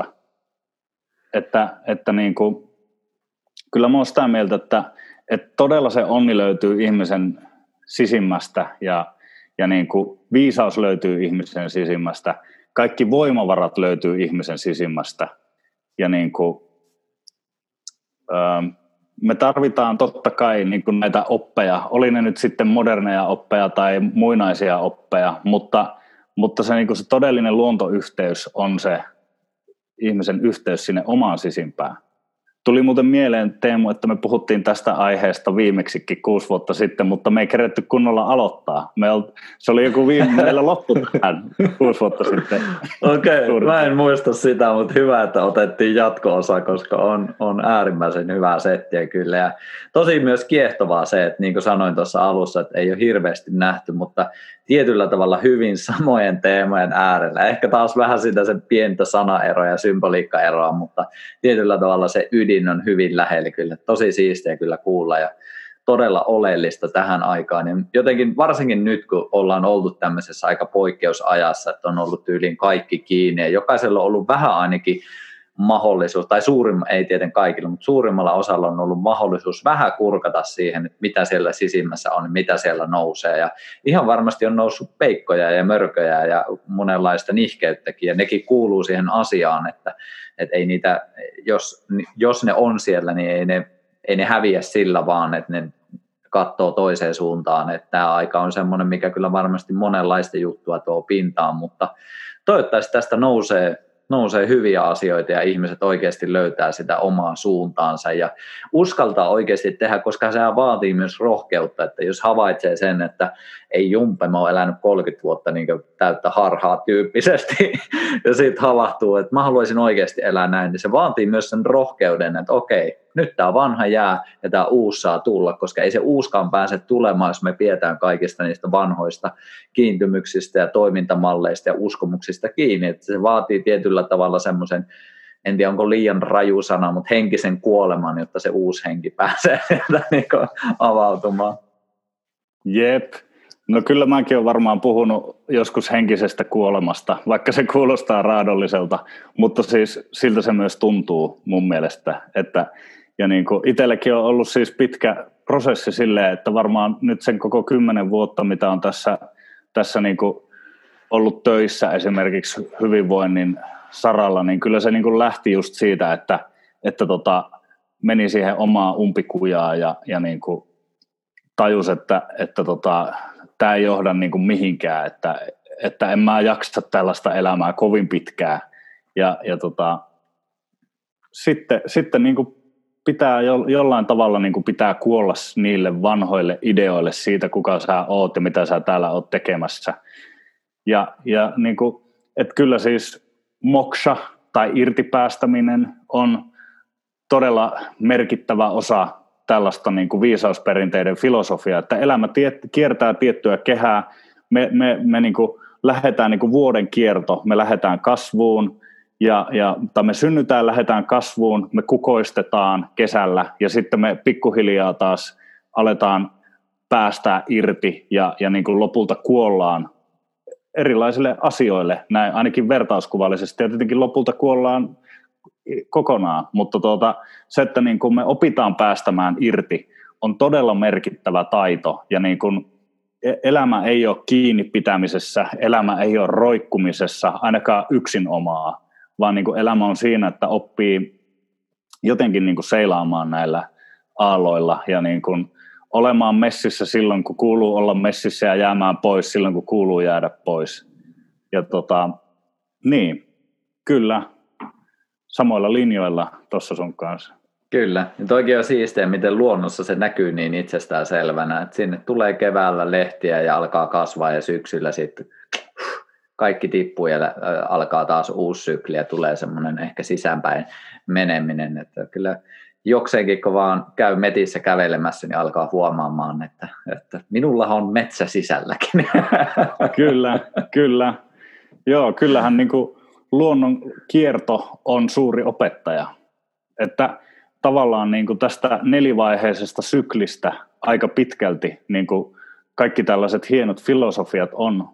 Että, että niin kuin, kyllä mä oon sitä mieltä, että, että todella se onni löytyy ihmisen sisimmästä ja, ja niin kuin viisaus löytyy ihmisen sisimmästä. Kaikki voimavarat löytyy ihmisen sisimmästä. Ja niin kuin, öö, me tarvitaan totta kai niin kuin näitä oppeja, oli ne nyt sitten moderneja oppeja tai muinaisia oppeja, mutta, mutta se, niin kuin se todellinen luontoyhteys on se ihmisen yhteys sinne omaan sisimpään. Tuli muuten mieleen, Teemu, että me puhuttiin tästä aiheesta viimeksikin kuusi vuotta sitten, mutta me ei keretty kunnolla aloittaa. Me ol, se oli joku viime, meillä loppu tähän kuusi vuotta sitten. Okei, okay, mä en muista sitä, mutta hyvä, että otettiin jatko-osa, koska on, on äärimmäisen hyvää settiä kyllä. Ja tosi myös kiehtovaa se, että niin kuin sanoin tuossa alussa, että ei ole hirveästi nähty, mutta tietyllä tavalla hyvin samojen teemojen äärellä. Ehkä taas vähän sitä sen pientä sanaeroa ja symboliikkaeroa, mutta tietyllä tavalla se ydin on hyvin lähellä kyllä. Tosi siistiä kyllä kuulla ja todella oleellista tähän aikaan. Ja jotenkin varsinkin nyt, kun ollaan oltu tämmöisessä aika poikkeusajassa, että on ollut tyyliin kaikki kiinni ja jokaisella on ollut vähän ainakin mahdollisuus, tai suurimma, ei tieten kaikilla, mutta suurimmalla osalla on ollut mahdollisuus vähän kurkata siihen, että mitä siellä sisimmässä on, mitä siellä nousee. Ja ihan varmasti on noussut peikkoja ja mörköjä ja monenlaista nihkeyttäkin, ja nekin kuuluu siihen asiaan, että, että ei niitä, jos, jos ne on siellä, niin ei ne, ei ne häviä sillä vaan, että ne katsoo toiseen suuntaan. Että tämä aika on semmoinen, mikä kyllä varmasti monenlaista juttua tuo pintaan, mutta toivottavasti tästä nousee nousee hyviä asioita ja ihmiset oikeasti löytää sitä omaa suuntaansa ja uskaltaa oikeasti tehdä, koska se vaatii myös rohkeutta, että jos havaitsee sen, että ei jumpe, mä oon elänyt kolmekymmentä vuotta niin täyttä harhaa tyyppisesti ja sitten havahtuu, että mä haluaisin oikeasti elää näin, niin se vaatii myös sen rohkeuden, että okei, nyt tämä vanha jää ja tämä uusi saa tulla, koska ei se uuskaan pääse tulemaan, jos me pidetään kaikista niistä vanhoista kiintymyksistä ja toimintamalleista ja uskomuksista kiinni, että se vaatii tietyllä tavalla semmoisen, en tiedä onko liian raju sana, mutta henkisen kuoleman, jotta se uusi henki pääsee niin avautumaan. Jep. No kyllä mäkin olen varmaan puhunut joskus henkisestä kuolemasta, vaikka se kuulostaa raadolliselta, mutta siis siltä se myös tuntuu mun mielestä, että ja niin kuin itselläkin on ollut siis pitkä prosessi silleen, että varmaan nyt sen koko kymmenen vuotta, mitä on tässä, tässä niin kuin ollut töissä esimerkiksi hyvinvoinnin saralla, niin kyllä se niin kuin lähti just siitä, että, että tota, meni siihen omaan umpikujaan ja, ja niin kuin tajus, että, että tota, tämä ei johda niin kuin mihinkään, että, että en mä jaksa tällaista elämää kovin pitkään. Ja, ja tota, sitten, sitten niin kuin pitää jo, jollain tavalla niin kuin pitää kuolla niille vanhoille ideoille siitä, kuka sä oot ja mitä sä täällä oot tekemässä. Ja, ja niin kuin, että kyllä siis moksha tai irtipäästäminen on todella merkittävä osa tällaista niin kuin viisausperinteiden filosofiaa, että elämä tie, kiertää tiettyä kehää, me, me, me niin kuin lähdetään niin kuin vuoden kierto, me lähdetään kasvuun, ja, ja, tai me synnytään, lähdetään kasvuun, me kukoistetaan kesällä, ja sitten me pikkuhiljaa taas aletaan päästää irti, ja, ja niin kuin lopulta kuollaan erilaisille asioille, näin ainakin vertauskuvallisesti, ja tietenkin lopulta kuollaan kokonaan, mutta tuota, se, että niin kun me opitaan päästämään irti, on todella merkittävä taito, ja niin kun elämä ei ole kiinni pitämisessä, elämä ei ole roikkumisessa, ainakaan yksin omaa, vaan niin kun elämä on siinä, että oppii jotenkin niin kun seilaamaan näillä aalloilla, ja niin kun olemaan messissä silloin, kun kuuluu olla messissä, ja jäämään pois silloin, kun kuuluu jäädä pois. Ja tota, niin, kyllä, samoilla linjoilla tuossa sun kanssa. Kyllä, ja toikin on siistiä, miten luonnossa se näkyy niin itsestään selvänä, että sinne tulee keväällä lehtiä ja alkaa kasvaa, ja syksyllä sitten kaikki tippuu ja alkaa taas uusi sykli, ja tulee semmoinen ehkä sisäänpäin meneminen, että kyllä jokseenkin, kun vaan käy metissä kävelemässä, niin alkaa huomaamaan, että, että minulla on metsä sisälläkin. Kyllä, kyllä. Joo, kyllähän niin kuin luonnon kierto on suuri opettaja. Että tavallaan niin kuin tästä nelivaiheisesta syklistä aika pitkälti niin kuin kaikki tällaiset hienot filosofiat on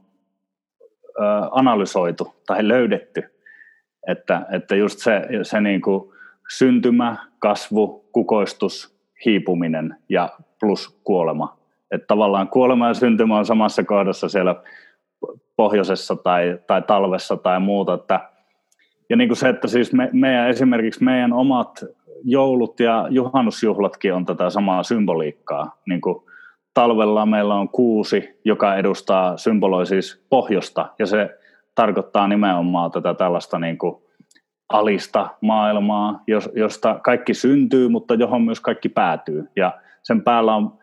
ö, analysoitu tai löydetty. Että, että just se, se niin kuin syntymä, kasvu, kukoistus, hiipuminen ja plus kuolema. Että tavallaan kuolema ja syntymä on samassa kohdassa siellä pohjoisessa tai, tai talvessa tai muuta. Että, ja niin kuin se, että siis me, meidän, esimerkiksi meidän omat joulut ja juhannusjuhlatkin on tätä samaa symboliikkaa. Niin kuin talvella meillä on kuusi, joka edustaa, symboloi siis pohjoista, ja se tarkoittaa nimenomaan tätä tällaista niin kuin alista maailmaa, josta kaikki syntyy, mutta johon myös kaikki päätyy. Ja sen päällä on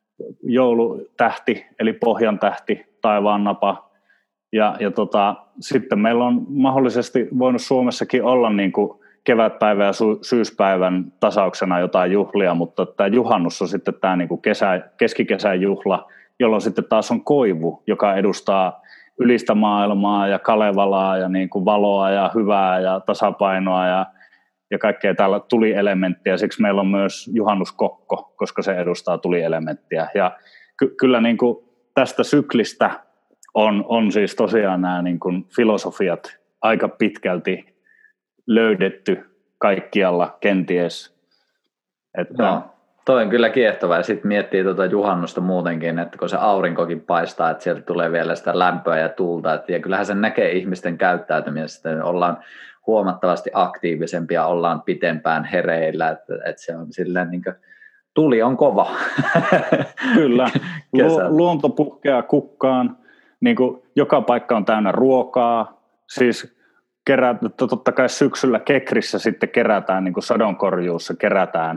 joulutähti, eli pohjan tähti, taivaan napa. Ja, ja tota, sitten meillä on mahdollisesti voinut Suomessakin olla niin kuin kevätpäivän ja sy- syyspäivän tasauksena jotain juhlia, mutta tämä juhannus on sitten tämä niin kuin kesä, keskikesän juhla, jolloin sitten taas on koivu, joka edustaa ylistä maailmaa ja Kalevalaa ja niin kuin valoa ja hyvää ja tasapainoa ja, ja kaikkea tällä tulielementtiä. Siksi meillä on myös juhannuskokko, koska se edustaa tulielementtiä. Ja ky- kyllä niin kuin tästä syklistä on, on siis tosiaan nämä niin kuin filosofiat aika pitkälti löydetty kaikkialla kenties. Että no, toi on kyllä kiehtova, ja sitten miettii tuota juhannusta muutenkin, että kun se aurinkokin paistaa, että sieltä tulee vielä sitä lämpöä ja tuulta, että, ja kyllähän se näkee ihmisten käyttäytymisestä, että ollaan huomattavasti aktiivisempia, ollaan pitempään hereillä, että, että se on silleen niin kuin, tuli on kova. Kyllä, Lu- luonto puhkeaa kukkaan, niin kuin joka paikka on täynnä ruokaa, siis kerät, totta kai syksyllä Kekrissä sitten kerätään, niin kuin sadonkorjuussa kerätään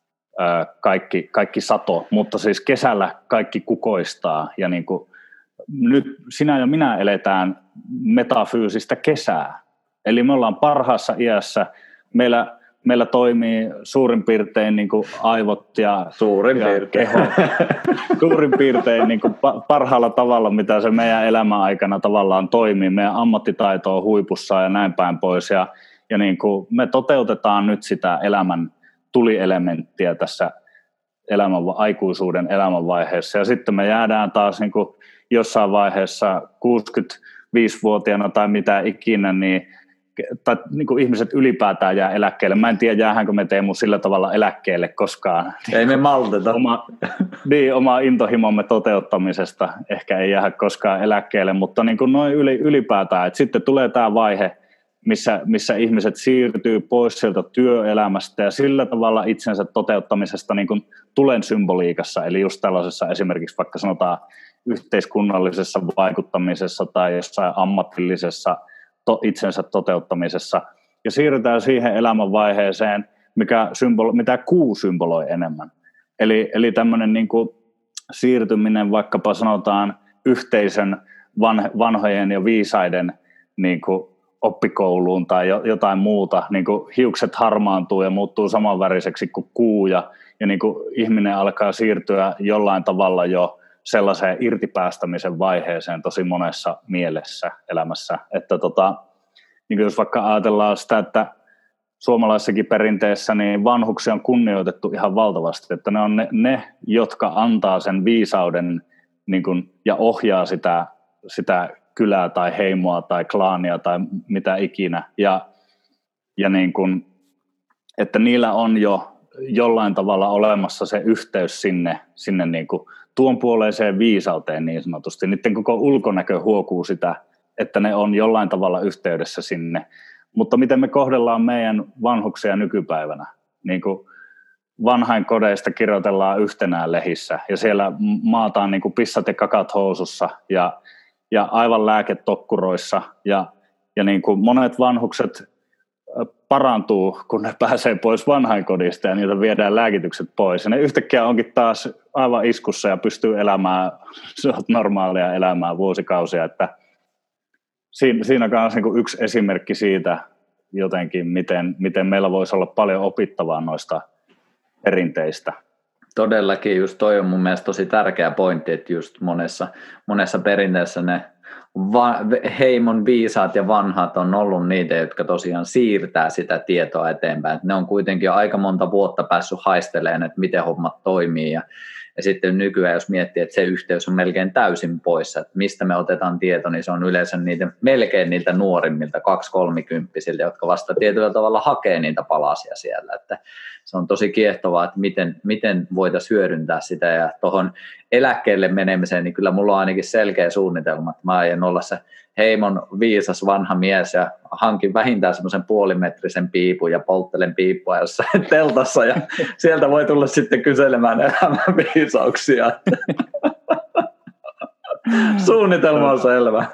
Kaikki, kaikki sato, mutta siis kesällä kaikki kukoistaa, ja niin kuin nyt sinä ja minä eletään metafyysistä kesää, eli me ollaan parhaassa iässä, meillä, meillä toimii suurin piirtein niin kuin aivot ja, suurin ja piirtein. keho suurin piirtein niin kuin parhaalla tavalla, mitä se meidän elämän aikana tavallaan toimii, meidän ammattitaito on huipussa ja näin päin pois, ja, ja niin kuin me toteutetaan nyt sitä elämän tulielementtiä tässä elämän, aikuisuuden elämänvaiheessa, ja sitten me jäädään taas niin kuin jossain vaiheessa kuusikymmentäviisivuotiaana tai mitä ikinä, niin, tai niin kuin ihmiset ylipäätään jää eläkkeelle. Mä en tiedä, jäähänkö me Teemu sillä tavalla eläkkeelle koskaan. Ei me malteta. Oma, niin, oma intohimomme toteuttamisesta ehkä ei jää koskaan eläkkeelle, mutta niin kuin noin ylipäätään, että sitten tulee tämä vaihe, Missä, missä ihmiset siirtyy pois sieltä työelämästä ja sillä tavalla itsensä toteuttamisesta niin kuin tulen symboliikassa, eli just tällaisessa esimerkiksi vaikka sanotaan yhteiskunnallisessa vaikuttamisessa tai jossain ammatillisessa to, itsensä toteuttamisessa, ja siirrytään siihen elämänvaiheeseen, mikä symbolo, mitä kuu symboloi enemmän. Eli, eli tämmöinen niin kuin siirtyminen vaikkapa sanotaan yhteisön vanhojen ja viisaiden niin kuin oppikouluun tai jotain muuta, niin kuin hiukset harmaantuu ja muuttuu samanväriseksi kuin kuu ja, ja niin kuin ihminen alkaa siirtyä jollain tavalla jo sellaiseen irtipäästämisen vaiheeseen tosi monessa mielessä elämässä, että tota, niin kuin jos vaikka ajatellaan sitä, että suomalaisessakin perinteessä niin vanhuksia on kunnioitettu ihan valtavasti, että ne on ne, ne jotka antaa sen viisauden niin kuin, ja ohjaa sitä, sitä kylää tai heimoa tai klaania tai mitä ikinä. Ja, ja niin kuin, että niillä on jo jollain tavalla olemassa se yhteys sinne, sinne niin kuin tuon puoleiseen viisauteen niin sanotusti. Niiden koko ulkonäkö huokuu sitä, että ne on jollain tavalla yhteydessä sinne. Mutta miten me kohdellaan meidän vanhuksia nykypäivänä? Niin kuin vanhainkodeista kirjoitellaan yhtenään lehissä ja siellä maataan niin kuin pissat ja kakat housussa ja, ja aivan lääketokkuroissa. Ja, ja niin kuin monet vanhukset parantuu, kun ne pääsee pois vanhainkodista ja niiltä viedään lääkitykset pois. Ja ne yhtäkkiä onkin taas aivan iskussa ja pystyy elämään normaalia elämää vuosikausia, että Siinä, siinä on myös niin yksi esimerkki siitä jotenkin, miten, miten meillä voisi olla paljon opittavaa noista perinteistä. Todellakin, just toi on mun mielestä tosi tärkeä pointti, että just monessa, monessa perinteessä ne va- heimon viisaat ja vanhat on ollut niitä, jotka tosiaan siirtää sitä tietoa eteenpäin. Et ne on kuitenkin jo aika monta vuotta päässyt haistelemaan, että miten hommat toimii ja Ja sitten nykyään, jos miettii, että se yhteys on melkein täysin poissa, että mistä me otetaan tieto, niin se on yleensä niitä, melkein niiltä nuorimmilta, kaksi-kolmikymppisiltä, jotka vasta tietyllä tavalla hakee niitä palasia siellä. Että se on tosi kiehtovaa, että miten, miten voitaisiin hyödyntää sitä. Ja tuohon eläkkeelle menemiseen, niin kyllä mulla on ainakin selkeä suunnitelma, että mä aion olla se heimon viisas vanha mies ja hankin vähintään semmoisen puolimetrisen piipun ja polttelen piippua jossain teltassa ja sieltä voi tulla sitten kyselemään elämän viisauksia. Suunnitelma on selvä.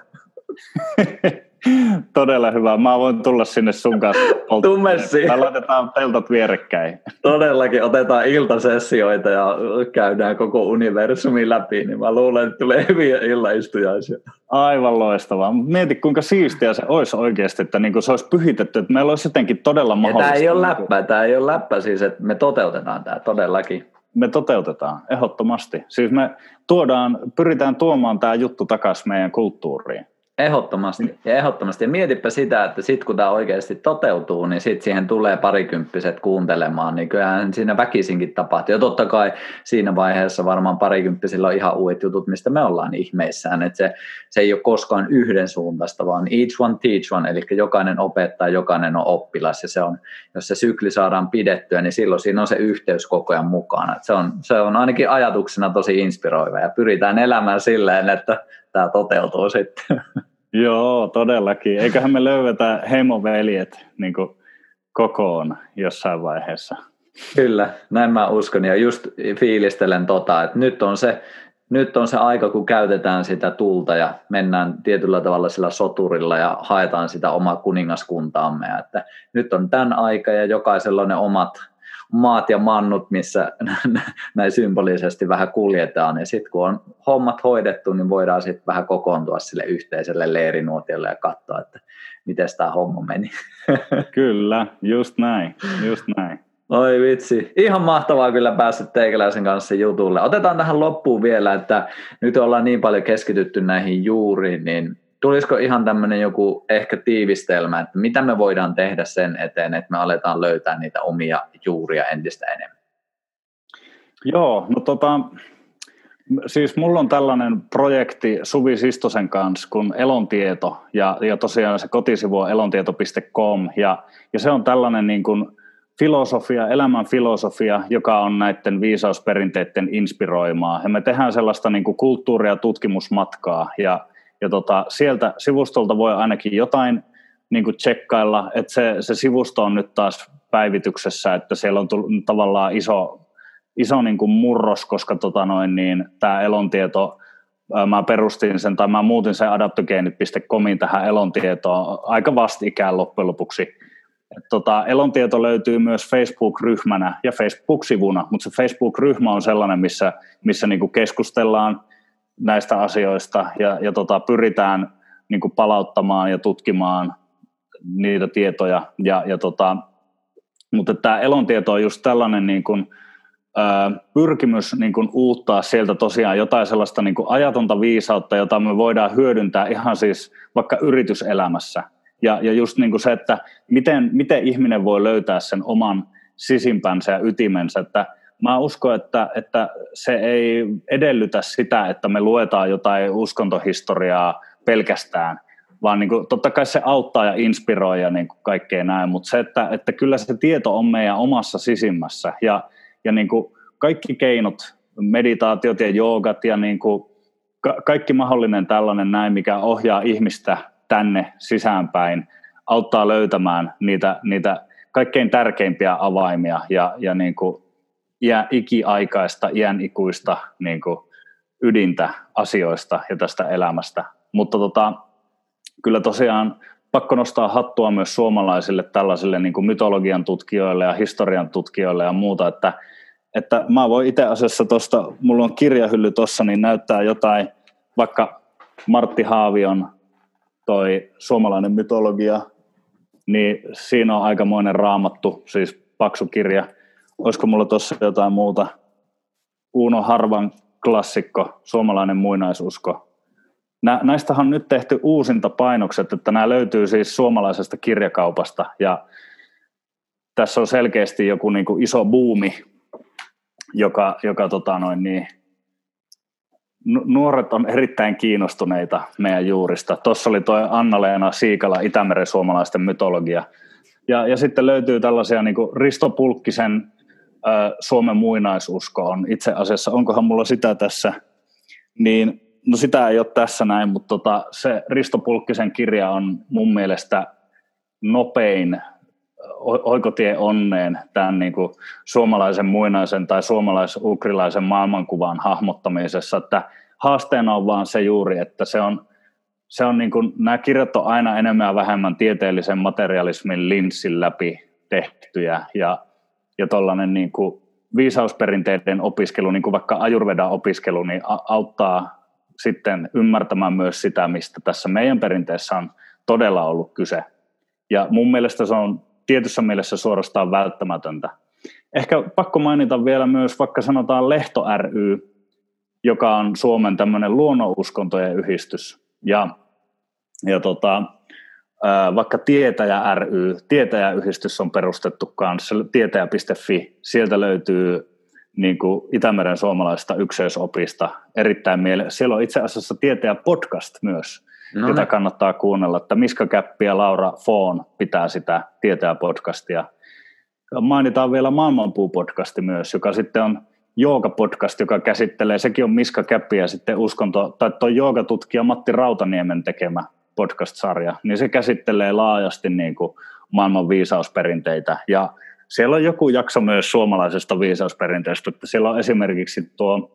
Todella hyvä. Mä voin tulla sinne sun kanssa. Tummessiin. Laitetaan teltat vierekkäin. Todellakin otetaan iltasessioita ja käydään koko universumi läpi, niin mä luulen, että tulee hyviä illaistujaisia. Aivan loistavaa. Mieti, kuinka siistiä se olisi oikeasti, että niin se olisi pyhitetty, että meillä olisi jotenkin todella mahdollista. Tämä ei ole läppä, tämä ei ole läppä siis, että me toteutetaan tämä todellakin. Me toteutetaan, ehdottomasti. Siis me tuodaan, pyritään tuomaan tämä juttu takaisin meidän kulttuuriin. Ehdottomasti. Ja ehdottomasti. Ja mietipä sitä, että sitten kun tämä oikeasti toteutuu, niin sitten siihen tulee parikymppiset kuuntelemaan, niin kyllähän siinä väkisinkin tapahtuu. Ja totta kai siinä vaiheessa varmaan parikymppisillä on ihan uudet jutut, mistä me ollaan ihmeissään. Että se, se ei ole koskaan yhden suuntaista, vaan each one teach one, eli jokainen opettaa, jokainen on oppilas. Ja se on, jos se sykli saadaan pidettyä, niin silloin siinä on se yhteys koko ajan mukana. Että se, on, se on ainakin ajatuksena tosi inspiroiva ja pyritään elämään silleen, että tämä toteutuu sitten. Joo, todellakin. Eiköhän me löydetä heimoveljet niin kuin kokoon jossain vaiheessa. Kyllä, näin mä uskon. Ja just fiilistelen tota, että nyt on se, nyt on se aika, kun käytetään sitä tulta ja mennään tietyllä tavalla sillä soturilla ja haetaan sitä omaa kuningaskuntaamme. Että nyt on tämän aika ja jokaisella on ne omat maat ja mannut, missä näin symbolisesti vähän kuljetaan. Ja sitten kun on hommat hoidettu, niin voidaan sitten vähän kokoontua sille yhteiselle leirinuotiolle ja katsoa, että miten tämä homma meni. Kyllä, just näin, just näin. Oi vitsi, ihan mahtavaa kyllä päästä teikäläisen kanssa jutulle. Otetaan tähän loppuun vielä, että nyt ollaan niin paljon keskitytty näihin juuriin, niin tulisiko ihan tämmöinen joku ehkä tiivistelmä, että mitä me voidaan tehdä sen eteen, että me aletaan löytää niitä omia juuria entistä enemmän? Joo, no tota, siis mulla on tällainen projekti Suvi Sistosen kanssa kuin Elontieto, ja, ja tosiaan se kotisivu on elontieto piste com, ja, ja se on tällainen niin kuin filosofia, elämän filosofia, joka on näiden viisausperinteiden inspiroimaa, ja me tehdään sellaista niin kuin kulttuuri- ja tutkimusmatkaa, ja Ja tota, sieltä sivustolta voi ainakin jotain niin kuin tsekkailla, että se, se sivusto on nyt taas päivityksessä, että siellä on tullut tavallaan iso, iso niin kuin murros, koska tota noin, niin, tämä elontieto, ää, mä perustin sen tai mä muutin sen adaptogeenit piste comin tähän elontietoon aika vastikään loppujen lopuksi. Et tota, elontieto löytyy myös Facebook-ryhmänä ja Facebook-sivuna, mutta se Facebook-ryhmä on sellainen, missä, missä niin kuin keskustellaan näistä asioista ja, ja tota, pyritään niin kuin palauttamaan ja tutkimaan niitä tietoja. Ja, ja tota, mutta tämä elontieto on just tällainen niin kuin, ää, pyrkimys niin kuin uuttaa sieltä tosiaan jotain sellaista niin kuin ajatonta viisautta, jota me voidaan hyödyntää ihan siis vaikka yrityselämässä. Ja, ja just niin kuin se, että miten, miten ihminen voi löytää sen oman sisimpänsä ja ytimensä, että mä uskon, että, että se ei edellytä sitä, että me luetaan jotain uskontohistoriaa pelkästään, vaan niin kuin, totta kai se auttaa ja inspiroi ja niin kuin kaikkea näin, mutta se, että, että kyllä se tieto on meidän omassa sisimmässä ja, ja niin kuin kaikki keinot, meditaatiot ja joogat ja niin kuin ka- kaikki mahdollinen tällainen näin, mikä ohjaa ihmistä tänne sisäänpäin, auttaa löytämään niitä, niitä kaikkein tärkeimpiä avaimia ja, ja niin kuin iä, ikiaikaista, iän ikuista niin kuin ydintä asioista ja tästä elämästä. Mutta tota, kyllä tosiaan pakko nostaa hattua myös suomalaisille tällaisille niin kuin mytologian tutkijoille ja historian tutkijoille ja muuta, että, että mä voin itse asiassa tuosta, mulla on kirjahylly tuossa, niin näyttää jotain, vaikka Martti Haavion toi suomalainen mytologia, niin siinä on aikamoinen raamattu, siis paksu kirja. Olisiko mulla tuossa jotain muuta? Uno Harvan klassikko, suomalainen muinaisusko. Nä, näistähän on nyt tehty uusinta painokset, että nämä löytyy siis suomalaisesta kirjakaupasta ja tässä on selkeästi joku niin kuin iso buumi, joka, joka tota noin niin, nuoret on erittäin kiinnostuneita meidän juurista. Tuossa oli tuo Anna-Leena Siikala, Itämeren suomalaisten mytologia. Ja, ja sitten löytyy tällaisia niin kuin Risto Pulkkisen ä, Suomen muinaisusko on itse asiassa, onkohan mulla sitä tässä, niin no sitä ei ole tässä näin, mutta tota, se Risto Pulkkisen kirja on mun mielestä nopein oikotie onneen tämän niin kuin suomalaisen muinaisen tai suomalais-ukrilaisen maailmankuvan hahmottamisessa, että haasteena on vaan se juuri, että se on, se on niin kuin, nämä kirjat on aina enemmän ja vähemmän tieteellisen materialismin linssin läpi tehtyjä ja, ja tuollainen niin kuin viisausperinteiden opiskelu, niin kuin vaikka Ayurvedan opiskelu, niin auttaa sitten ymmärtämään myös sitä, mistä tässä meidän perinteessä on todella ollut kyse. Ja mun mielestä se on tietyssä mielessä suorastaan välttämätöntä. Ehkä pakko mainita vielä myös, vaikka sanotaan Lehto ry, joka on Suomen tämmöinen luonnonuskontojen yhdistys. Ja, ja tota, vaikka Tietäjä ry, Tietäjäyhdistys on perustettu kanssa, tietäjä piste fi, sieltä löytyy niin kuin Itämeren suomalaisesta ykseysopista erittäin mieleen. Siellä on itse asiassa Tietäjä podcast myös, no jota kannattaa kuunnella, että Miska Käppi ja Laura Foon pitää sitä Tietäjä-podcastia. Mainitaan vielä Maailmanpuu-podcasti myös, joka sitten on jooga-podcast, joka käsittelee, sekin on Miska Käppi ja sitten uskonto, tai tuo joogatutkija Matti Rautaniemen tekemä podcast-sarja, niin se käsittelee laajasti niin kuin maailman viisausperinteitä ja siellä on joku jakso myös suomalaisesta viisausperinteestä, että siellä on esimerkiksi tuo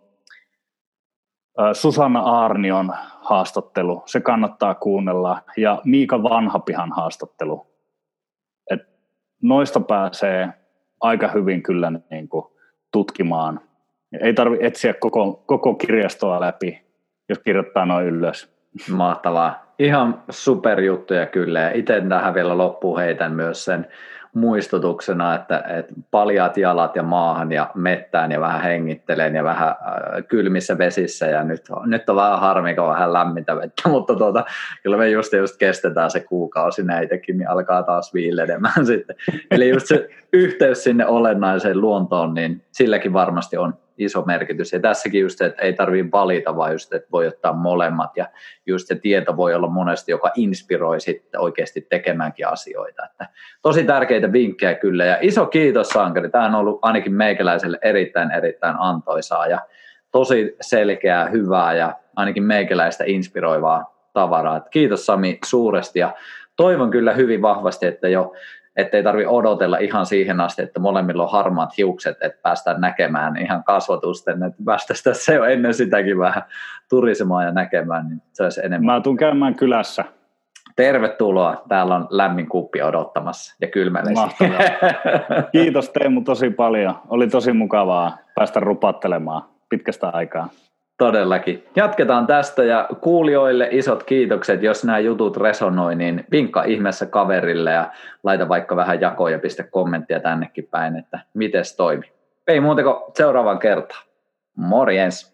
Susanna Aarnion haastattelu, se kannattaa kuunnella, ja Miika Vanhapihan haastattelu. Et noista pääsee aika hyvin kyllä niin kuin tutkimaan. Ei tarvitse etsiä koko, koko kirjastoa läpi, jos kirjoittaa noin ylös. Mahtavaa. Ihan superjuttuja kyllä. Ja itse tähän vielä loppuun heitän myös sen muistutuksena, että, että paljaat jalat ja maahan ja mettään ja vähän hengittelen ja vähän äh, kylmissä vesissä ja nyt, nyt on vähän harmi, kun on vähän lämmintä vettä, mutta tuota, kyllä me just, just kestetään se kuukausi näitäkin, niin alkaa taas viilenemään sitten. Eli just se yhteys sinne olennaiseen luontoon, niin silläkin varmasti on iso merkitys. Ja tässäkin just se, että ei tarvitse valita, vaan just, että voi ottaa molemmat. Ja just se tieto voi olla monesti, joka inspiroi sitten oikeasti tekemäänkin asioita. Että tosi tärkeitä vinkkejä kyllä. Ja iso kiitos, Sankari. Tämä on ollut ainakin meikäläiselle erittäin, erittäin antoisaa ja tosi selkeää, hyvää ja ainakin meikäläistä inspiroivaa tavaraa. Että kiitos, Sami, suuresti. Ja toivon kyllä hyvin vahvasti, että jo että ei tarvitse odotella ihan siihen asti, että molemmilla on harmaat hiukset, että päästään näkemään ihan kasvatusten, että päästään se jo ennen sitäkin vähän turisemaan ja näkemään, niin se olisi enemmän. Mä tuun käymään kylässä. Tervetuloa, täällä on lämmin kuppi odottamassa ja kylmä vesi. Kiitos Teemu tosi paljon, oli tosi mukavaa päästä rupattelemaan pitkästä aikaa. Todellakin. Jatketaan tästä ja kuulijoille isot kiitokset. Jos nämä jutut resonoi, niin vinkka ihmeessä kaverille ja laita vaikka vähän jakoa ja pistä kommenttia tännekin päin, että mites toimi. Ei muuta kuin seuraavaan kertaan. Morjens!